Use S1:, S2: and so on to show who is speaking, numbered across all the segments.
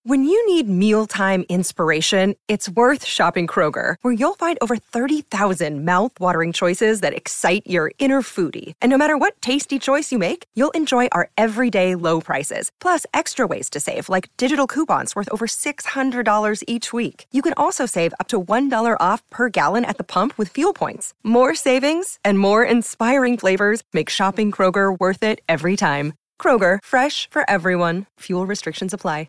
S1: When you need mealtime inspiration, it's worth shopping Kroger, where you'll find over 30,000 mouth-watering choices that excite your inner foodie. And no matter what tasty choice you make, you'll enjoy our everyday low prices, plus extra ways to save, like digital coupons worth over $600 each week. You can also save up to $1 off per gallon at the pump with fuel points. More savings and more inspiring flavors make shopping Kroger worth it every time. Kroger, fresh for everyone. Fuel restrictions apply.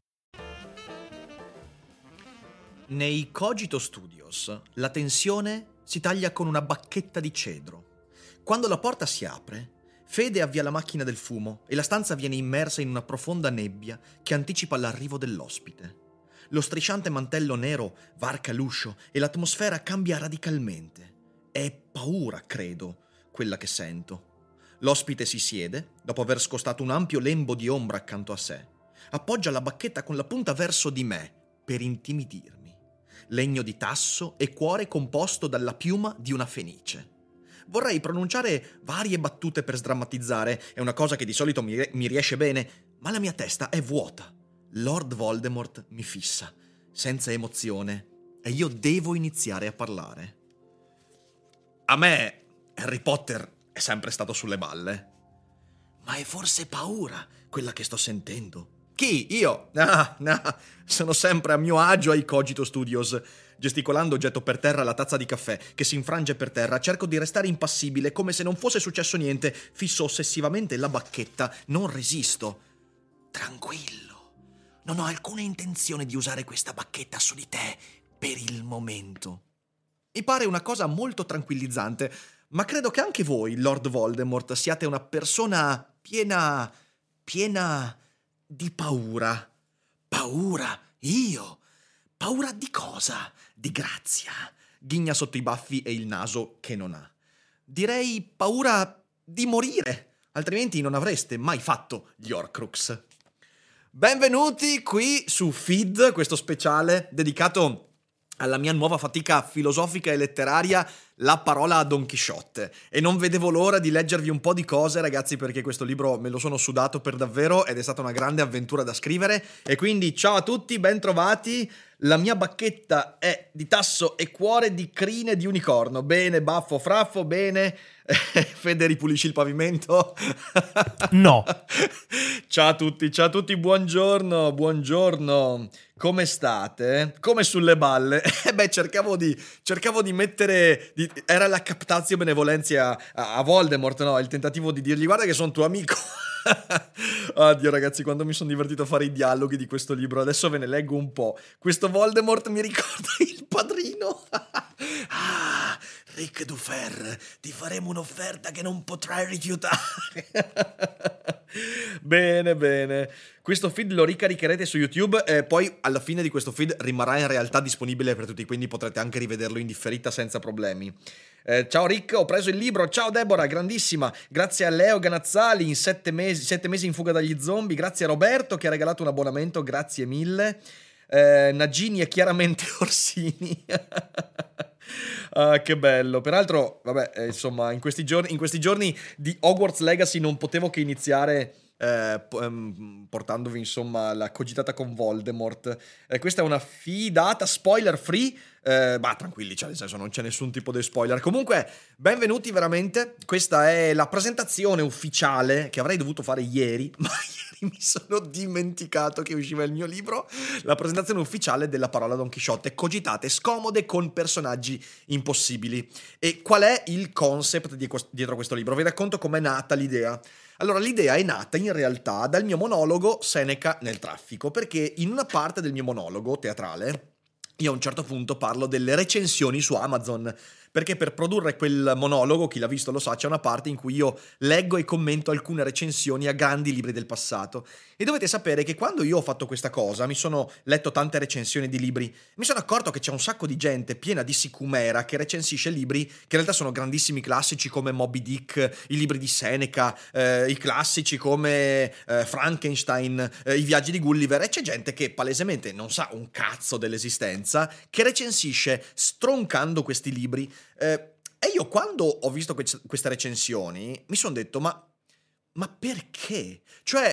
S2: Nei Cogito Studios la tensione si taglia con una bacchetta di cedro. Quando la porta si apre, Fede avvia la macchina del fumo e la stanza viene immersa in una profonda nebbia che anticipa l'arrivo dell'ospite. Lo strisciante mantello nero varca l'uscio e l'atmosfera cambia radicalmente. È paura, credo, quella che sento. L'ospite si siede, dopo aver scostato un ampio lembo di ombra accanto a sé. Appoggia la bacchetta con la punta verso di me per intimidirmi. Legno di tasso e cuore composto dalla piuma di una fenice. Vorrei pronunciare varie battute per sdrammatizzare, è una cosa che di solito mi riesce bene, ma la mia testa è vuota. Lord Voldemort mi fissa, senza emozione, e io devo iniziare a parlare. A me Harry Potter è sempre stato sulle balle. Ma è forse paura quella che sto sentendo? Chi? Io? No, sono sempre a mio agio ai Cogito Studios. Gesticolando getto per terra la tazza di caffè, che si infrange per terra, cerco di restare impassibile, come se non fosse successo niente, fisso ossessivamente la bacchetta, non resisto. Tranquillo, non ho alcuna intenzione di usare questa bacchetta su di te, per il momento. Mi pare una cosa molto tranquillizzante, ma credo che anche voi, Lord Voldemort, siate una persona piena di paura. Paura? Io? Paura di cosa? Di Grazia. Ghigna sotto i baffi e il naso che non ha. Direi paura di morire, altrimenti non avreste mai fatto gli Horcrux. Benvenuti qui su Feed, questo speciale dedicato alla mia nuova fatica filosofica e letteraria, La parola a Don Chisciotte. E non vedevo l'ora di leggervi un po' di cose, ragazzi, perché questo libro me lo sono sudato per davvero ed è stata una grande avventura da scrivere. E quindi ciao a tutti, ben trovati. La mia bacchetta è di tasso e cuore di crine di unicorno. Bene, baffo, fraffo, bene. Fede, ripulisci il pavimento?
S3: No.
S2: Ciao a tutti, buongiorno. Come state? Come sulle balle? Cercavo di mettere... era la captatio benevolentia a Voldemort, no? Il tentativo di dirgli guarda che sono tuo amico. Oddio ragazzi, quando mi sono divertito a fare i dialoghi di questo libro, adesso ve ne leggo un po'. Questo Voldemort mi ricorda il padrino. Ric Dufer, ti faremo un'offerta che non potrai rifiutare. Bene. Questo feed lo ricaricherete su YouTube e poi alla fine di questo feed rimarrà in realtà disponibile per tutti, quindi potrete anche rivederlo in differita senza problemi. Ciao Rick, ho preso il libro. Ciao Deborah, grandissima. Grazie a Leo Ganazzali in 7 mesi in fuga dagli zombie. Grazie a Roberto che ha regalato un abbonamento, grazie mille. Nagini è chiaramente Orsini. Che bello. Peraltro, vabbè, insomma, in questi giorni di Hogwarts Legacy non potevo che iniziare portandovi insomma la cogitata con Voldemort. Questa è una fidata spoiler free, tranquilli, cioè nel senso non c'è nessun tipo di spoiler. Comunque benvenuti veramente, questa è la presentazione ufficiale che avrei dovuto fare ieri, ma ieri mi sono dimenticato che usciva il mio libro. La presentazione ufficiale della parola Don Chisciotte, cogitate scomode con personaggi impossibili. E qual è il concept dietro questo libro? Vi racconto com'è nata l'idea. Allora, l'idea è nata in realtà dal mio monologo Seneca nel traffico, perché in una parte del mio monologo teatrale io a un certo punto parlo delle recensioni su Amazon, perché per produrre quel monologo, chi l'ha visto lo sa, c'è una parte in cui io leggo e commento alcune recensioni a grandi libri del passato. E dovete sapere che quando io ho fatto questa cosa, mi sono letto tante recensioni di libri, mi sono accorto che c'è un sacco di gente piena di sicumera che recensisce libri che in realtà sono grandissimi classici come Moby Dick, i libri di Seneca, i classici come Frankenstein, i viaggi di Gulliver, e c'è gente che palesemente non sa un cazzo dell'esistenza, che recensisce stroncando questi libri. E io quando ho visto queste recensioni mi sono detto ma perché? Cioè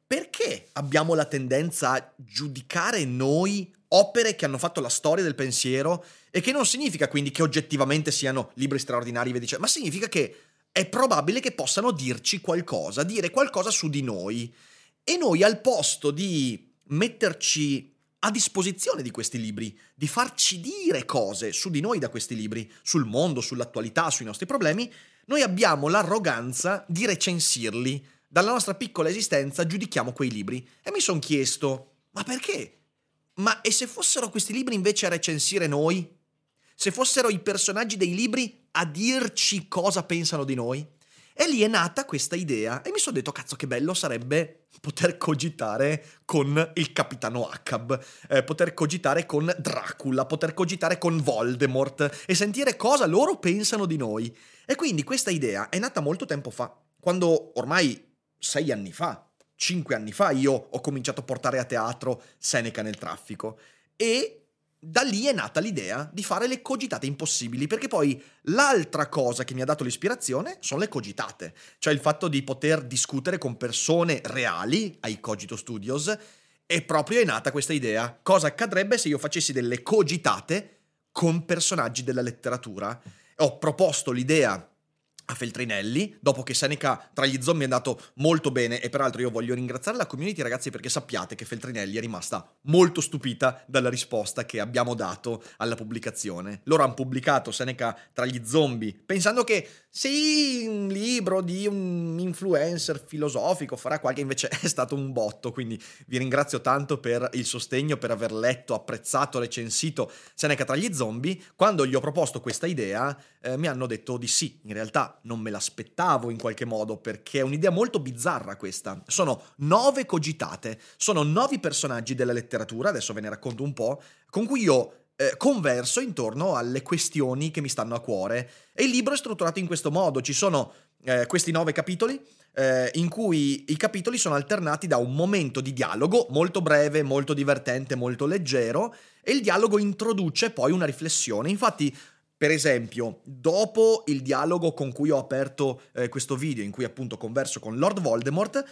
S2: perché abbiamo la tendenza a giudicare noi opere che hanno fatto la storia del pensiero, e che non significa quindi che oggettivamente siano libri straordinari, ma significa che è probabile che possano dirci qualcosa, dire qualcosa su di noi. E noi, al posto di metterci a disposizione di questi libri, di farci dire cose su di noi da questi libri, sul mondo, sull'attualità, sui nostri problemi, noi abbiamo l'arroganza di recensirli. Dalla nostra piccola esistenza giudichiamo quei libri. E mi sono chiesto, ma perché? Ma e se fossero questi libri invece a recensire noi? Se fossero i personaggi dei libri a dirci cosa pensano di noi? E lì è nata questa idea e mi sono detto, cazzo, che bello sarebbe poter cogitare con il Capitano Ahab, poter cogitare con Dracula, poter cogitare con Voldemort e sentire cosa loro pensano di noi. E quindi questa idea è nata molto tempo fa, quando ormai 6 anni fa, 5 anni fa, io ho cominciato a portare a teatro Seneca nel traffico, e da lì è nata l'idea di fare le cogitate impossibili, perché poi l'altra cosa che mi ha dato l'ispirazione sono le cogitate, cioè il fatto di poter discutere con persone reali ai Cogito Studios, e proprio è nata questa idea: cosa accadrebbe se io facessi delle cogitate con personaggi della letteratura? Ho proposto l'idea a Feltrinelli, dopo che Seneca tra gli zombie è andato molto bene, e peraltro io voglio ringraziare la community, ragazzi, perché sappiate che Feltrinelli è rimasta molto stupita dalla risposta che abbiamo dato alla pubblicazione. Loro hanno pubblicato Seneca tra gli zombie pensando che sì, un libro di un influencer filosofico farà qualche, invece è stato un botto, quindi vi ringrazio tanto per il sostegno, per aver letto, apprezzato, recensito Seneca tra gli zombie. Quando gli ho proposto questa idea mi hanno detto di sì. In realtà non me l'aspettavo in qualche modo, perché è un'idea molto bizzarra questa. Sono 9 cogitate, sono 9 personaggi della letteratura, adesso ve ne racconto un po', con cui io converso intorno alle questioni che mi stanno a cuore. E il libro è strutturato in questo modo: ci sono questi 9 capitoli, in cui i capitoli sono alternati da un momento di dialogo molto breve, molto divertente, molto leggero, e il dialogo introduce poi una riflessione. Infatti, per esempio, dopo il dialogo con cui ho aperto questo video, in cui appunto converso con Lord Voldemort,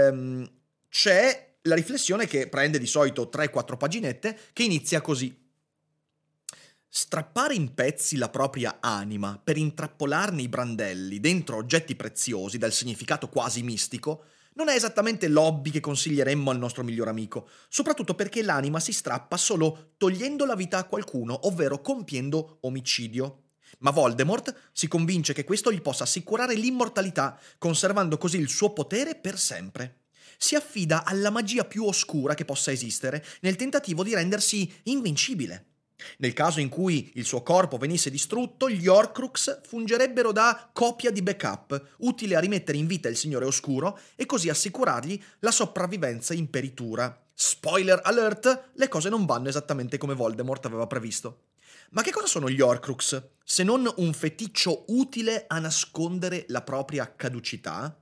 S2: c'è la riflessione che prende di solito 3-4 paginette, che inizia così: strappare in pezzi la propria anima per intrappolarne i brandelli dentro oggetti preziosi dal significato quasi mistico non è esattamente l'hobby che consiglieremmo al nostro miglior amico, soprattutto perché l'anima si strappa solo togliendo la vita a qualcuno, ovvero compiendo omicidio. Ma Voldemort si convince che questo gli possa assicurare l'immortalità, conservando così il suo potere per sempre. Si affida alla magia più oscura che possa esistere, nel tentativo di rendersi invincibile. Nel caso in cui il suo corpo venisse distrutto, gli Horcrux fungerebbero da copia di backup, utile a rimettere in vita il Signore Oscuro e così assicurargli la sopravvivenza in peritura. Spoiler alert, le cose non vanno esattamente come Voldemort aveva previsto. Ma che cosa sono gli Horcrux, se non un feticcio utile a nascondere la propria caducità?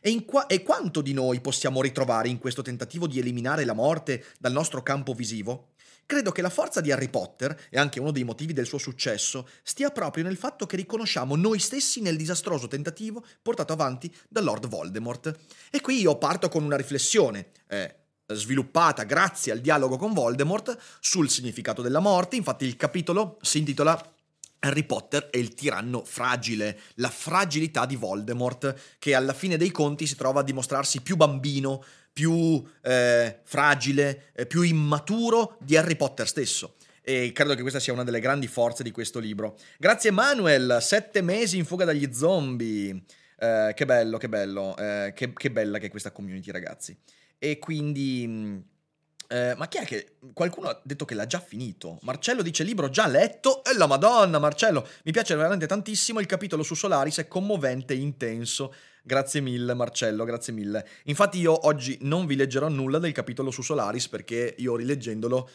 S2: E quanto di noi possiamo ritrovare in questo tentativo di eliminare la morte dal nostro campo visivo? Credo che la forza di Harry Potter, e anche uno dei motivi del suo successo, stia proprio nel fatto che riconosciamo noi stessi nel disastroso tentativo portato avanti da Lord Voldemort. E qui io parto con una riflessione, sviluppata grazie al dialogo con Voldemort, sul significato della morte. Infatti il capitolo si intitola Harry Potter e il tiranno fragile, la fragilità di Voldemort, che alla fine dei conti si trova a dimostrarsi più bambino, più fragile, più immaturo di Harry Potter stesso. E credo che questa sia una delle grandi forze di questo libro. Grazie Manuel, 7 mesi in fuga dagli zombie. Che bello, che bello, che bella che è questa community, ragazzi. E quindi... ma chi è che... Qualcuno ha detto che l'ha già finito. Marcello dice libro già letto. E la madonna, Marcello, mi piace veramente tantissimo. Il capitolo su Solaris è commovente e intenso. Grazie mille Marcello, grazie mille. Infatti io oggi non vi leggerò nulla del capitolo su Solaris, perché io rileggendolo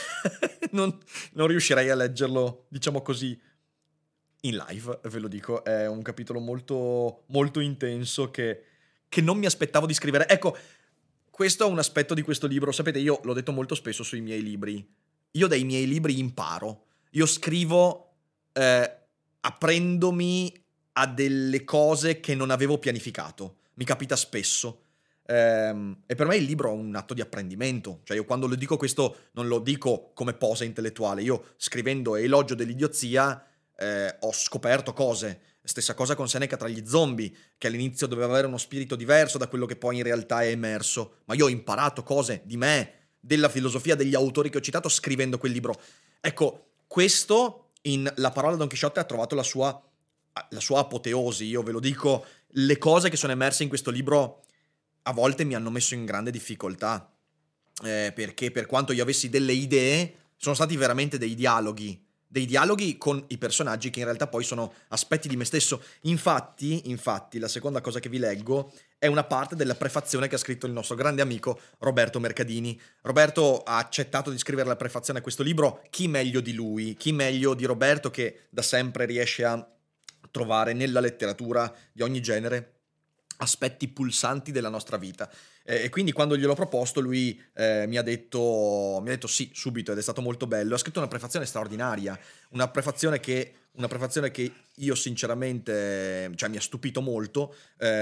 S2: non riuscirei a leggerlo, diciamo così, in live, ve lo dico. È un capitolo molto, molto intenso che non mi aspettavo di scrivere. Ecco, questo è un aspetto di questo libro. Sapete, io l'ho detto molto spesso sui miei libri. Io dai miei libri imparo. Io scrivo aprendomi a delle cose che non avevo pianificato. Mi capita spesso. E per me il libro è un atto di apprendimento. Cioè io quando lo dico questo non lo dico come posa intellettuale. Io scrivendo Elogio dell'idiozia ho scoperto cose. Stessa cosa con Seneca tra gli zombie, che all'inizio doveva avere uno spirito diverso da quello che poi in realtà è emerso. Ma io ho imparato cose di me, della filosofia degli autori che ho citato scrivendo quel libro. Ecco, questo in La parola Don Chisciotte ha trovato la sua apoteosi. Io ve lo dico, le cose che sono emerse in questo libro a volte mi hanno messo in grande difficoltà, perché per quanto io avessi delle idee, sono stati veramente dei dialoghi con i personaggi che in realtà poi sono aspetti di me stesso. Infatti, la seconda cosa che vi leggo è una parte della prefazione che ha scritto il nostro grande amico Roberto Mercadini. Roberto ha accettato di scrivere la prefazione a questo libro. Chi meglio di lui? Chi meglio di Roberto, che da sempre riesce a trovare nella letteratura di ogni genere aspetti pulsanti della nostra vita. E quindi quando gliel'ho proposto lui mi ha detto sì subito, ed è stato molto bello. Ha scritto una prefazione straordinaria, una prefazione che io sinceramente, cioè, mi ha stupito molto,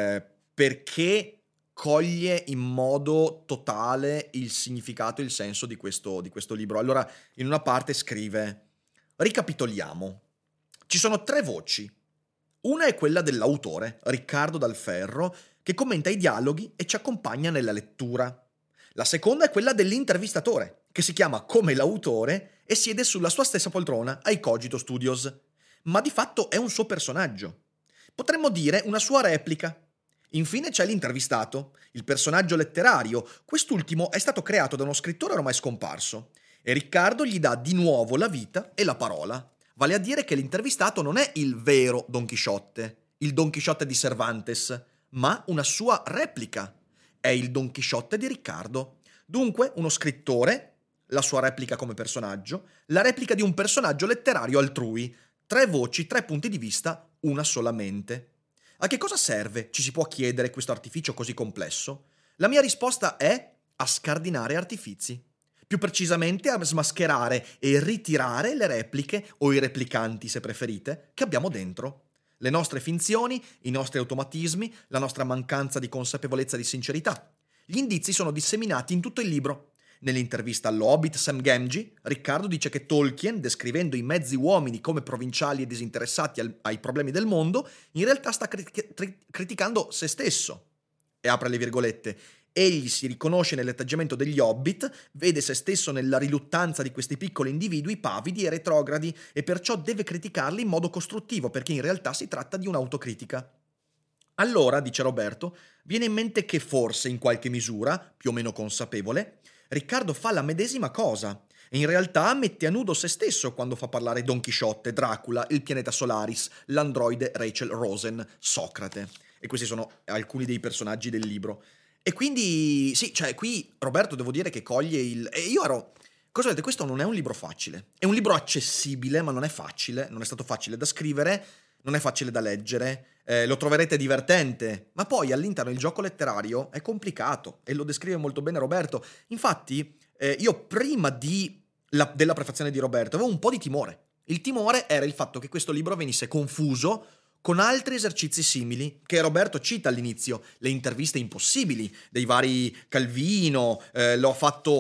S2: perché coglie in modo totale il significato e il senso di questo libro. Allora, in una parte scrive: ricapitoliamo. Ci sono 3 voci. Una è quella dell'autore, Riccardo Dal Ferro, che commenta i dialoghi e ci accompagna nella lettura. La seconda è quella dell'intervistatore, che si chiama come l'autore e siede sulla sua stessa poltrona ai Cogito Studios. Ma di fatto è un suo personaggio. Potremmo dire una sua replica. Infine c'è l'intervistato, il personaggio letterario. Quest'ultimo è stato creato da uno scrittore ormai scomparso. E Riccardo gli dà di nuovo la vita e la parola. Vale a dire che l'intervistato non è il vero Don Chisciotte, il Don Chisciotte di Cervantes, ma una sua replica. È il Don Chisciotte di Riccardo. Dunque, uno scrittore, la sua replica come personaggio, la replica di un personaggio letterario altrui. 3 voci, 3 punti di vista, una solamente. A che cosa serve, ci si può chiedere, questo artificio così complesso? La mia risposta è a scardinare artifizi. Più precisamente a smascherare e ritirare le repliche, o i replicanti se preferite, che abbiamo dentro. Le nostre finzioni, i nostri automatismi, la nostra mancanza di consapevolezza e di sincerità. Gli indizi sono disseminati in tutto il libro. Nell'intervista all'Hobbit Sam Gamgee, Riccardo dice che Tolkien, descrivendo i mezzi uomini come provinciali e disinteressati ai problemi del mondo, in realtà sta criticando se stesso. E apre le virgolette. Egli si riconosce nell'atteggiamento degli Hobbit, vede se stesso nella riluttanza di questi piccoli individui pavidi e retrogradi e perciò deve criticarli in modo costruttivo, perché in realtà si tratta di un'autocritica. Allora, dice Roberto, viene in mente che forse, in qualche misura, più o meno consapevole, Riccardo fa la medesima cosa e in realtà mette a nudo se stesso quando fa parlare Don Chisciotte, Dracula, il pianeta Solaris, l'androide Rachel Rosen, Socrate. E questi sono alcuni dei personaggi del libro. E quindi, sì, cioè qui Roberto devo dire che coglie il... E io ero... Cosa vedete? Questo non è un libro facile. È un libro accessibile, ma non è facile. Non è stato facile da scrivere, non è facile da leggere. Lo troverete divertente. Ma poi all'interno il gioco letterario è complicato. E lo descrive molto bene Roberto. Infatti, io prima della prefazione di Roberto avevo un po' di timore. Il timore era il fatto che questo libro venisse confuso con altri esercizi simili che Roberto cita all'inizio, le interviste impossibili dei vari Calvino, lo ha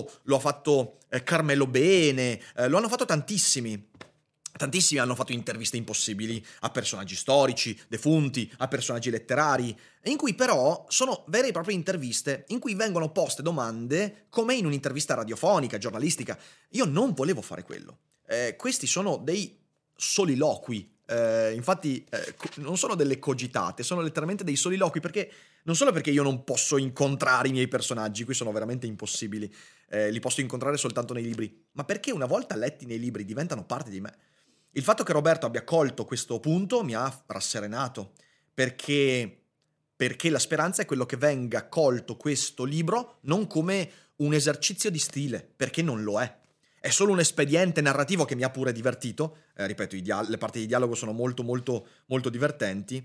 S2: fatto Carmelo Bene, lo hanno fatto tantissimi hanno fatto interviste impossibili a personaggi storici, defunti, a personaggi letterari, in cui però sono vere e proprie interviste in cui vengono poste domande come in un'intervista radiofonica, giornalistica. Io non volevo fare quello. Questi sono dei soliloqui. Infatti non sono delle cogitate, sono letteralmente dei soliloqui, perché non solo perché io non posso incontrare i miei personaggi, qui sono veramente impossibili, li posso incontrare soltanto nei libri, ma perché una volta letti nei libri diventano parte di me. Il fatto che Roberto abbia colto questo punto mi ha rasserenato, perché la speranza è quello che venga colto questo libro non come un esercizio di stile, perché non lo è. È solo un espediente narrativo che mi ha pure divertito. Ripeto, le parti di dialogo sono molto molto molto divertenti.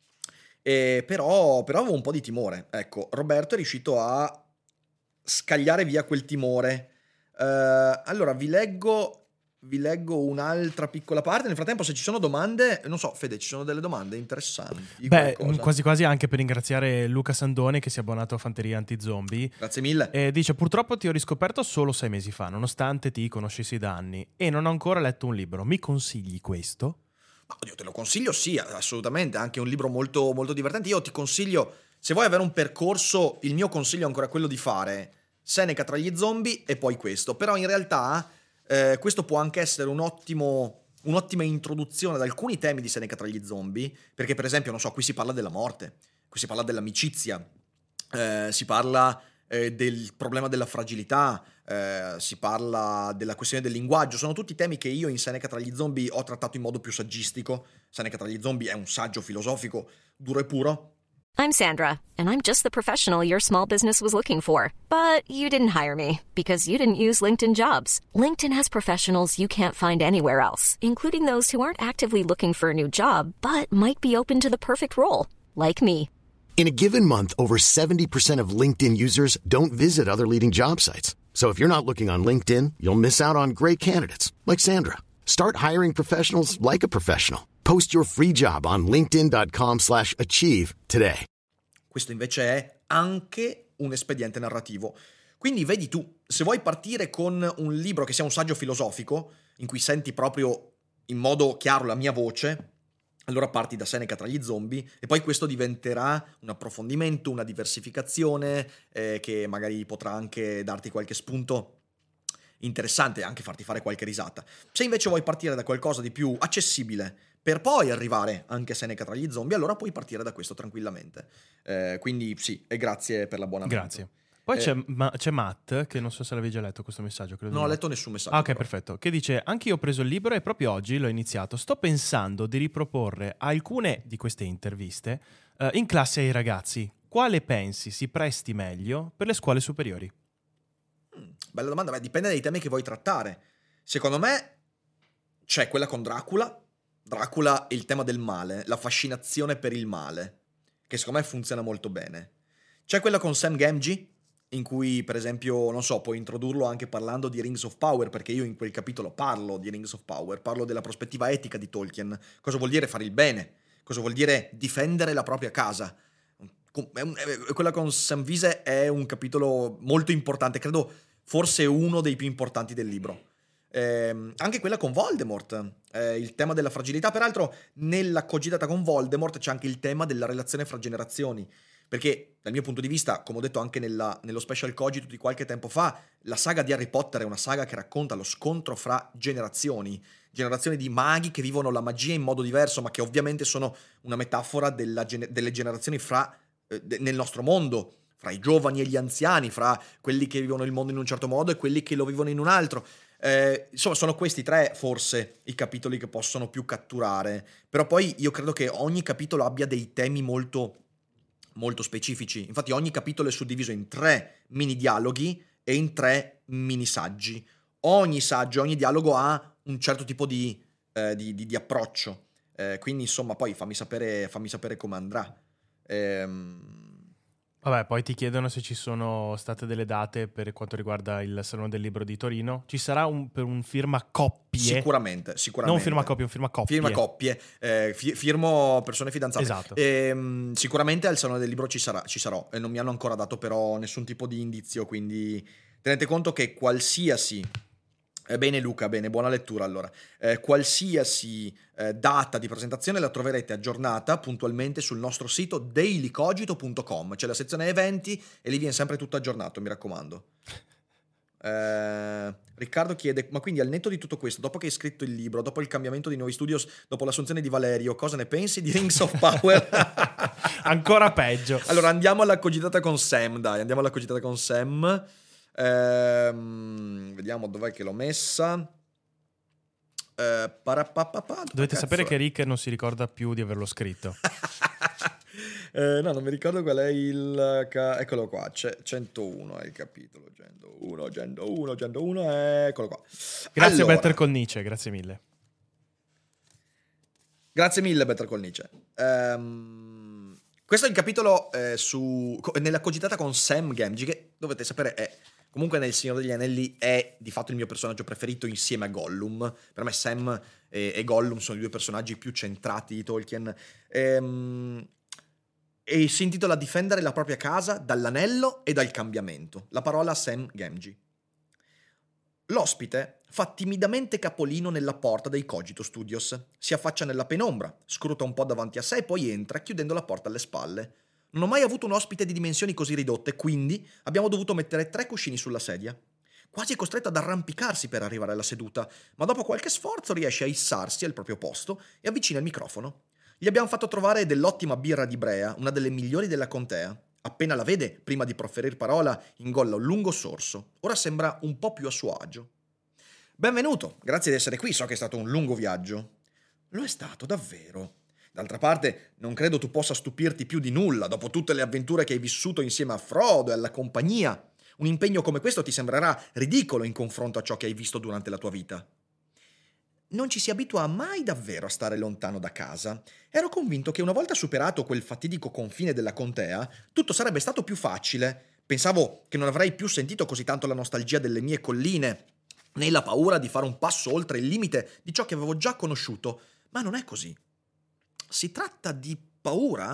S2: Però avevo un po' di timore. Ecco, Roberto è riuscito a scagliare via quel timore. Allora, vi leggo vi leggo un'altra piccola parte. Nel frattempo, se ci sono domande, non so, Fede, ci sono delle domande interessanti?
S3: Beh,
S2: qualcosa?
S3: quasi quasi anche per ringraziare Luca Sandone che si è abbonato a Fanteria Antizombie.
S2: Grazie mille.
S3: Dice: purtroppo ti ho riscoperto solo 6 mesi fa, nonostante ti conoscessi da anni, e non ho ancora letto un libro. Mi consigli questo?
S2: Ma oddio, te lo consiglio, sì, assolutamente. Anche un libro molto, molto divertente. Io ti consiglio, se vuoi avere un percorso, il mio consiglio è ancora quello di fare Seneca tra gli zombie e poi questo. Però in realtà questo può anche essere un'ottima introduzione ad alcuni temi di Seneca tra gli zombie, perché per esempio, non so, qui si parla della morte, qui si parla dell'amicizia, si parla del problema della fragilità, si parla della questione del linguaggio. Sono tutti temi che io in Seneca tra gli zombie ho trattato in modo più saggistico. Seneca tra gli zombie è un saggio filosofico duro e puro.
S4: I'm Sandra, and I'm just the professional your small business was looking for. But you didn't hire me because you didn't use LinkedIn Jobs. LinkedIn has professionals you can't find anywhere else, including those who aren't actively looking for a new job, but might be open to the perfect role, like me.
S5: In a given month, over 70% of LinkedIn users don't visit other leading job sites. So if you're not looking on LinkedIn, you'll miss out on great candidates like Sandra. Start hiring professionals like a professional. Post your free job on linkedin.com/achieve today.
S2: Questo invece è anche un espediente narrativo. Quindi vedi tu, se vuoi partire con un libro che sia un saggio filosofico, in cui senti proprio in modo chiaro la mia voce, allora parti da Seneca tra gli zombie e poi questo diventerà un approfondimento, una diversificazione che magari potrà anche darti qualche spunto interessante e anche farti fare qualche risata. Se invece vuoi partire da qualcosa di più accessibile per poi arrivare anche a Seneca tra gli zombie, allora puoi partire da questo tranquillamente. Quindi sì, e grazie per l'abbonamento.
S3: Grazie. Poi c'è Matt, che non so se l'avevi già letto questo messaggio. Credo
S2: Non ho
S3: di no.
S2: letto nessun messaggio.
S3: Ah, ok,
S2: però.
S3: perfetto. Che dice: anche io ho preso il libro e proprio oggi l'ho iniziato. Sto pensando di riproporre alcune di queste interviste in classe ai ragazzi. Quale pensi si presti meglio per le scuole superiori?
S2: Bella domanda. Beh, dipende dai temi che vuoi trattare. Secondo me c'è quella con Dracula. Dracula e il tema del male, la fascinazione per il male, che secondo me funziona molto bene. C'è quella con Sam Gamgee, in cui per esempio, non so, puoi introdurlo anche parlando di Rings of Power, perché io in quel capitolo parlo di Rings of Power, parlo della prospettiva etica di Tolkien, cosa vuol dire fare il bene, cosa vuol dire difendere la propria casa. Quella con Sam Wiese è un capitolo molto importante, credo forse uno dei più importanti del libro. Anche quella con Voldemort, il tema della fragilità. Peraltro nella cogitata con Voldemort c'è anche il tema della relazione fra generazioni, perché dal mio punto di vista, come ho detto anche nello special cogito di qualche tempo fa, la saga di Harry Potter è una saga che racconta lo scontro fra generazioni di maghi che vivono la magia in modo diverso, ma che ovviamente sono una metafora delle generazioni nel nostro mondo, fra i giovani e gli anziani, fra quelli che vivono il mondo in un certo modo e quelli che lo vivono in un altro. Insomma, sono questi tre forse i capitoli che possono più catturare, però poi io credo che ogni capitolo abbia dei temi molto, molto specifici. Infatti ogni capitolo è suddiviso in 3 mini dialoghi e in 3 mini saggi. Ogni saggio, ogni dialogo ha un certo tipo di approccio, quindi insomma poi fammi sapere come andrà.
S3: Vabbè, poi ti chiedono se ci sono state delle date per quanto riguarda il Salone del Libro di Torino. Ci sarà per un firma coppie?
S2: Sicuramente.
S3: Non un firma coppie, un firma coppie.
S2: Firma coppie, firmo persone fidanzate.
S3: Esatto.
S2: Sicuramente al Salone del Libro ci sarò, e non mi hanno ancora dato però nessun tipo di indizio, quindi tenete conto che qualsiasi... Bene Luca, bene, buona lettura allora. Qualsiasi data di presentazione la troverete aggiornata puntualmente sul nostro sito dailycogito.com. C'è la sezione eventi e lì viene sempre tutto aggiornato, mi raccomando. Riccardo chiede: ma quindi al netto di tutto questo, dopo che hai scritto il libro, dopo il cambiamento di nuovi studios, dopo l'assunzione di Valerio, cosa ne pensi di Rings of Power?
S3: Ancora peggio.
S2: Allora andiamo alla cogitata con Sam, dai, vediamo dov'è che l'ho messa.
S3: Dovete sapere che Rick non si ricorda più di averlo scritto.
S2: No, non mi ricordo qual è eccolo qua, c'è 101 è il capitolo, 101, eccolo qua.
S3: Grazie
S2: allora,
S3: Better Call Nietzsche, grazie mille.
S2: Grazie mille Better Call Nietzsche. Questo è il capitolo nella cogitata con Sam Gamgee, che dovete sapere è Comunque nel Signore degli Anelli è di fatto il mio personaggio preferito insieme a Gollum. Per me Sam e Gollum sono i due personaggi più centrati di Tolkien. E si intitola Difendere la propria casa dall'anello e dal cambiamento. La parola Sam Gamgee. L'ospite fa timidamente capolino nella porta dei Cogito Studios. Si affaccia nella penombra, scruta un po' davanti a sé e poi entra chiudendo la porta alle spalle. Non ho mai avuto un ospite di dimensioni così ridotte, quindi abbiamo dovuto mettere 3 cuscini sulla sedia. Quasi è costretto ad arrampicarsi per arrivare alla seduta, ma dopo qualche sforzo riesce a issarsi al proprio posto e avvicina il microfono. Gli abbiamo fatto trovare dell'ottima birra di Brea, una delle migliori della contea. Appena la vede, prima di proferir parola, ingolla un lungo sorso. Ora sembra un po' più a suo agio. Benvenuto, grazie di essere qui, so che è stato un lungo viaggio. Lo è stato, davvero. D'altra parte, non credo tu possa stupirti più di nulla, dopo tutte le avventure che hai vissuto insieme a Frodo e alla compagnia. Un impegno come questo ti sembrerà ridicolo in confronto a ciò che hai visto durante la tua vita. Non ci si abitua mai davvero a stare lontano da casa. Ero convinto che una volta superato quel fatidico confine della contea, tutto sarebbe stato più facile. Pensavo che non avrei più sentito così tanto la nostalgia delle mie colline, né la paura di fare un passo oltre il limite di ciò che avevo già conosciuto. Ma non è così. Si tratta di paura?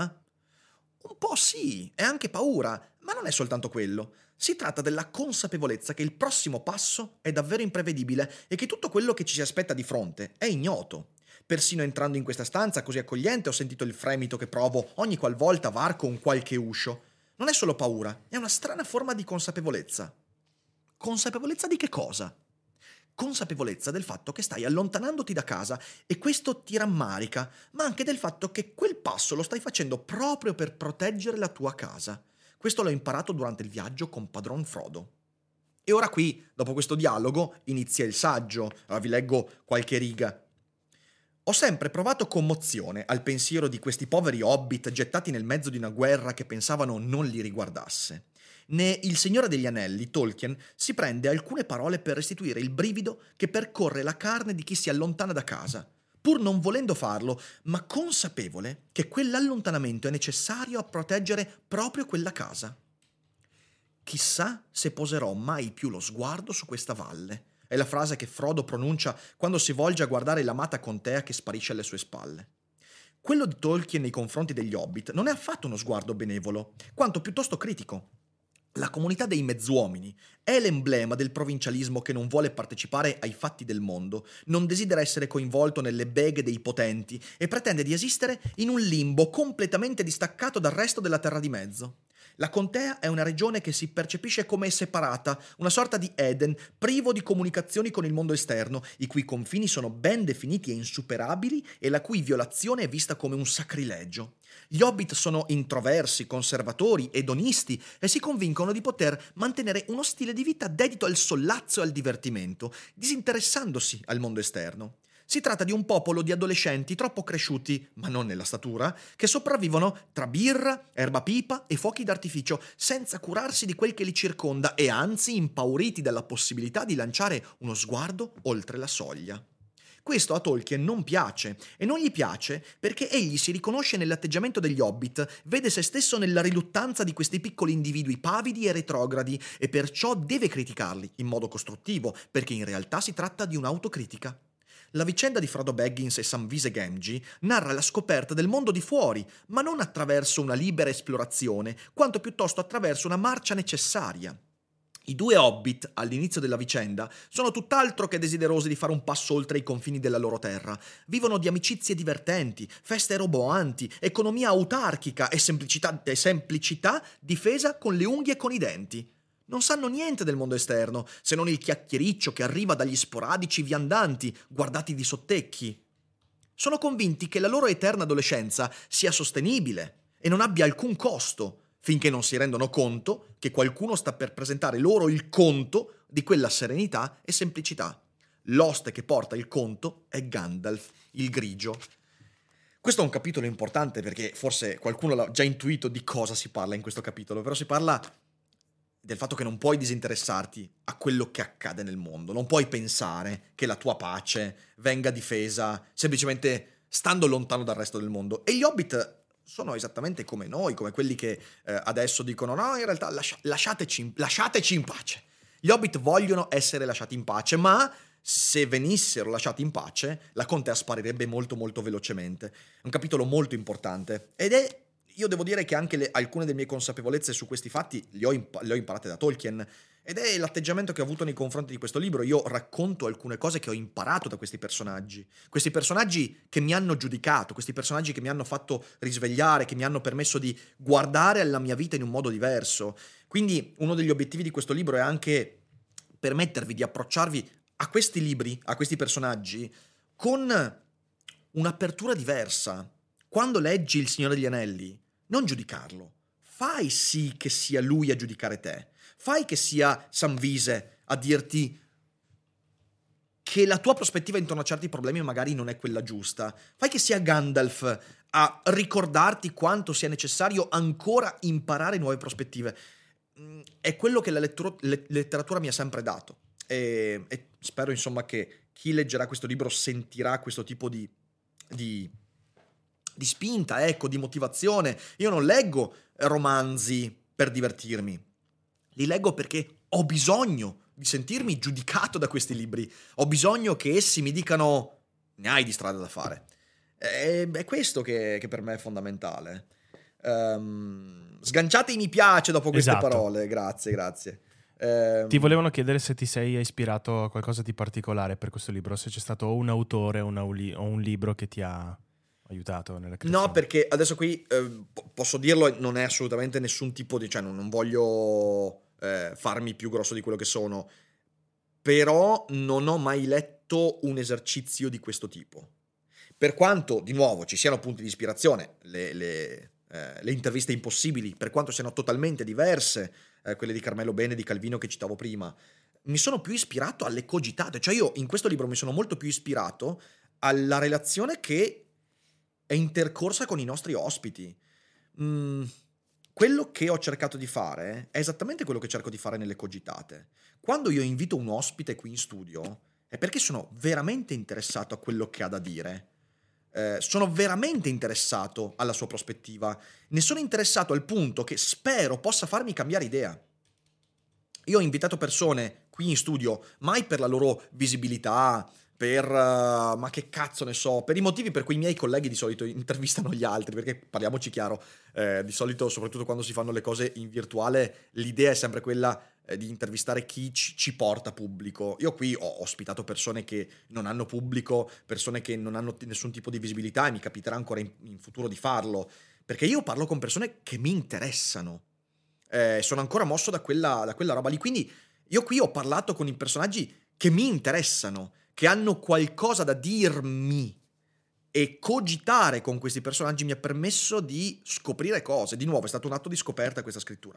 S2: Un po' sì, è anche paura, ma non è soltanto quello. Si tratta della consapevolezza che il prossimo passo è davvero imprevedibile e che tutto quello che ci si aspetta di fronte è ignoto. Persino entrando in questa stanza così accogliente ho sentito il fremito che provo ogni qualvolta varco un qualche uscio. Non è solo paura, è una strana forma di consapevolezza. Consapevolezza di che cosa? Consapevolezza del fatto che stai allontanandoti da casa e questo ti rammarica, ma anche del fatto che quel passo lo stai facendo proprio per proteggere la tua casa. Questo l'ho imparato durante il viaggio con padron Frodo. E ora qui, dopo questo dialogo, inizia il saggio. Allora vi leggo qualche riga. Ho sempre provato commozione al pensiero di questi poveri hobbit gettati nel mezzo di una guerra che pensavano non li riguardasse. Né Il Signore degli Anelli, Tolkien, si prende alcune parole per restituire il brivido che percorre la carne di chi si allontana da casa, pur non volendo farlo, ma consapevole che quell'allontanamento è necessario a proteggere proprio quella casa. Chissà se poserò mai più lo sguardo su questa valle. È la frase che Frodo pronuncia quando si volge a guardare l'amata contea che sparisce alle sue spalle. Quello di Tolkien nei confronti degli Hobbit non è affatto uno sguardo benevolo, quanto piuttosto critico. La comunità dei mezzuomini è l'emblema del provincialismo che non vuole partecipare ai fatti del mondo, non desidera essere coinvolto nelle beghe dei potenti e pretende di esistere in un limbo completamente distaccato dal resto della Terra di Mezzo. La contea è una regione che si percepisce come separata, una sorta di Eden, privo di comunicazioni con il mondo esterno, i cui confini sono ben definiti e insuperabili e la cui violazione è vista come un sacrilegio. Gli hobbit sono introversi, conservatori, edonisti e si convincono di poter mantenere uno stile di vita dedito al sollazzo e al divertimento, disinteressandosi al mondo esterno. Si tratta di un popolo di adolescenti troppo cresciuti, ma non nella statura, che sopravvivono tra birra, erba pipa e fuochi d'artificio, senza curarsi di quel che li circonda e anzi impauriti dalla possibilità di lanciare uno sguardo oltre la soglia. Questo a Tolkien non piace, e non gli piace perché egli si riconosce nell'atteggiamento degli hobbit, vede se stesso nella riluttanza di questi piccoli individui pavidi e retrogradi e perciò deve criticarli in modo costruttivo, perché in realtà si tratta di un'autocritica. La vicenda di Frodo Baggins e Samwise Gamgee narra la scoperta del mondo di fuori, ma non attraverso una libera esplorazione, quanto piuttosto attraverso una marcia necessaria. I due hobbit, all'inizio della vicenda, sono tutt'altro che desiderosi di fare un passo oltre i confini della loro terra. Vivono di amicizie divertenti, feste roboanti, economia autarchica e semplicità difesa con le unghie e con i denti. Non sanno niente del mondo esterno, se non il chiacchiericcio che arriva dagli sporadici viandanti, guardati di sottecchi. Sono convinti che la loro eterna adolescenza sia sostenibile e non abbia alcun costo, finché non si rendono conto che qualcuno sta per presentare loro il conto di quella serenità e semplicità. L'oste che porta il conto è Gandalf, il grigio. Questo è un capitolo importante perché forse qualcuno l'ha già intuito di cosa si parla in questo capitolo, però si parla del fatto che non puoi disinteressarti a quello che accade nel mondo, non puoi pensare che la tua pace venga difesa semplicemente stando lontano dal resto del mondo. E gli Hobbit sono esattamente come noi, come quelli che adesso dicono no, in realtà lasciateci in pace. Gli Hobbit vogliono essere lasciati in pace, ma se venissero lasciati in pace, la contea sparirebbe molto molto velocemente. È un capitolo molto importante io devo dire che anche alcune delle mie consapevolezze su questi fatti le ho imparate da Tolkien, ed è l'atteggiamento che ho avuto nei confronti di questo libro. Io racconto alcune cose che ho imparato da questi personaggi che mi hanno giudicato, questi personaggi che mi hanno fatto risvegliare, che mi hanno permesso di guardare alla mia vita in un modo diverso. Quindi uno degli obiettivi di questo libro è anche permettervi di approcciarvi a questi libri, a questi personaggi, con un'apertura diversa. Quando leggi Il Signore degli Anelli, non giudicarlo. Fai sì che sia lui a giudicare te. Fai che sia Sanvise a dirti che la tua prospettiva intorno a certi problemi magari non è quella giusta. Fai che sia Gandalf a ricordarti quanto sia necessario ancora imparare nuove prospettive. È quello che la letteratura mi ha sempre dato. E spero insomma che chi leggerà questo libro sentirà questo tipo di spinta, ecco, di motivazione. Io non leggo romanzi per divertirmi, li leggo perché ho bisogno di sentirmi giudicato da questi libri, ho bisogno che essi mi dicano ne hai di strada da fare. È questo che per me è fondamentale. Sganciate i mi piace dopo queste parole, grazie.
S3: Ti volevano chiedere se ti sei ispirato a qualcosa di particolare per questo libro, se c'è stato un autore o un libro che ti ha aiutato nella creazione.
S2: No, perché adesso qui posso dirlo, non è assolutamente nessun tipo di, cioè non voglio farmi più grosso di quello che sono, però non ho mai letto un esercizio di questo tipo. Per quanto, di nuovo, ci siano punti di ispirazione, le interviste impossibili, per quanto siano totalmente diverse, quelle di Carmelo Bene e di Calvino che citavo prima, mi sono più ispirato alle cogitate. Cioè io in questo libro mi sono molto più ispirato alla relazione che è intercorsa con i nostri ospiti. Quello che ho cercato di fare è esattamente quello che cerco di fare nelle cogitate. Quando io invito un ospite qui in studio è perché sono veramente interessato a quello che ha da dire. Sono veramente interessato alla sua prospettiva. Ne sono interessato al punto che spero possa farmi cambiare idea. Io ho invitato persone qui in studio, mai per la loro visibilità, ma che cazzo ne so, per i motivi per cui i miei colleghi di solito intervistano gli altri, perché parliamoci chiaro, di solito, soprattutto quando si fanno le cose in virtuale, l'idea è sempre quella di intervistare chi ci porta pubblico. Io qui ho ospitato persone che non hanno pubblico, persone che non hanno nessun tipo di visibilità, e mi capiterà ancora in futuro di farlo, perché io parlo con persone che mi interessano. Sono ancora mosso da quella roba lì, quindi io qui ho parlato con i personaggi che mi interessano, che hanno qualcosa da dirmi, e cogitare con questi personaggi mi ha permesso di scoprire cose. Di nuovo è stato un atto di scoperta questa scrittura,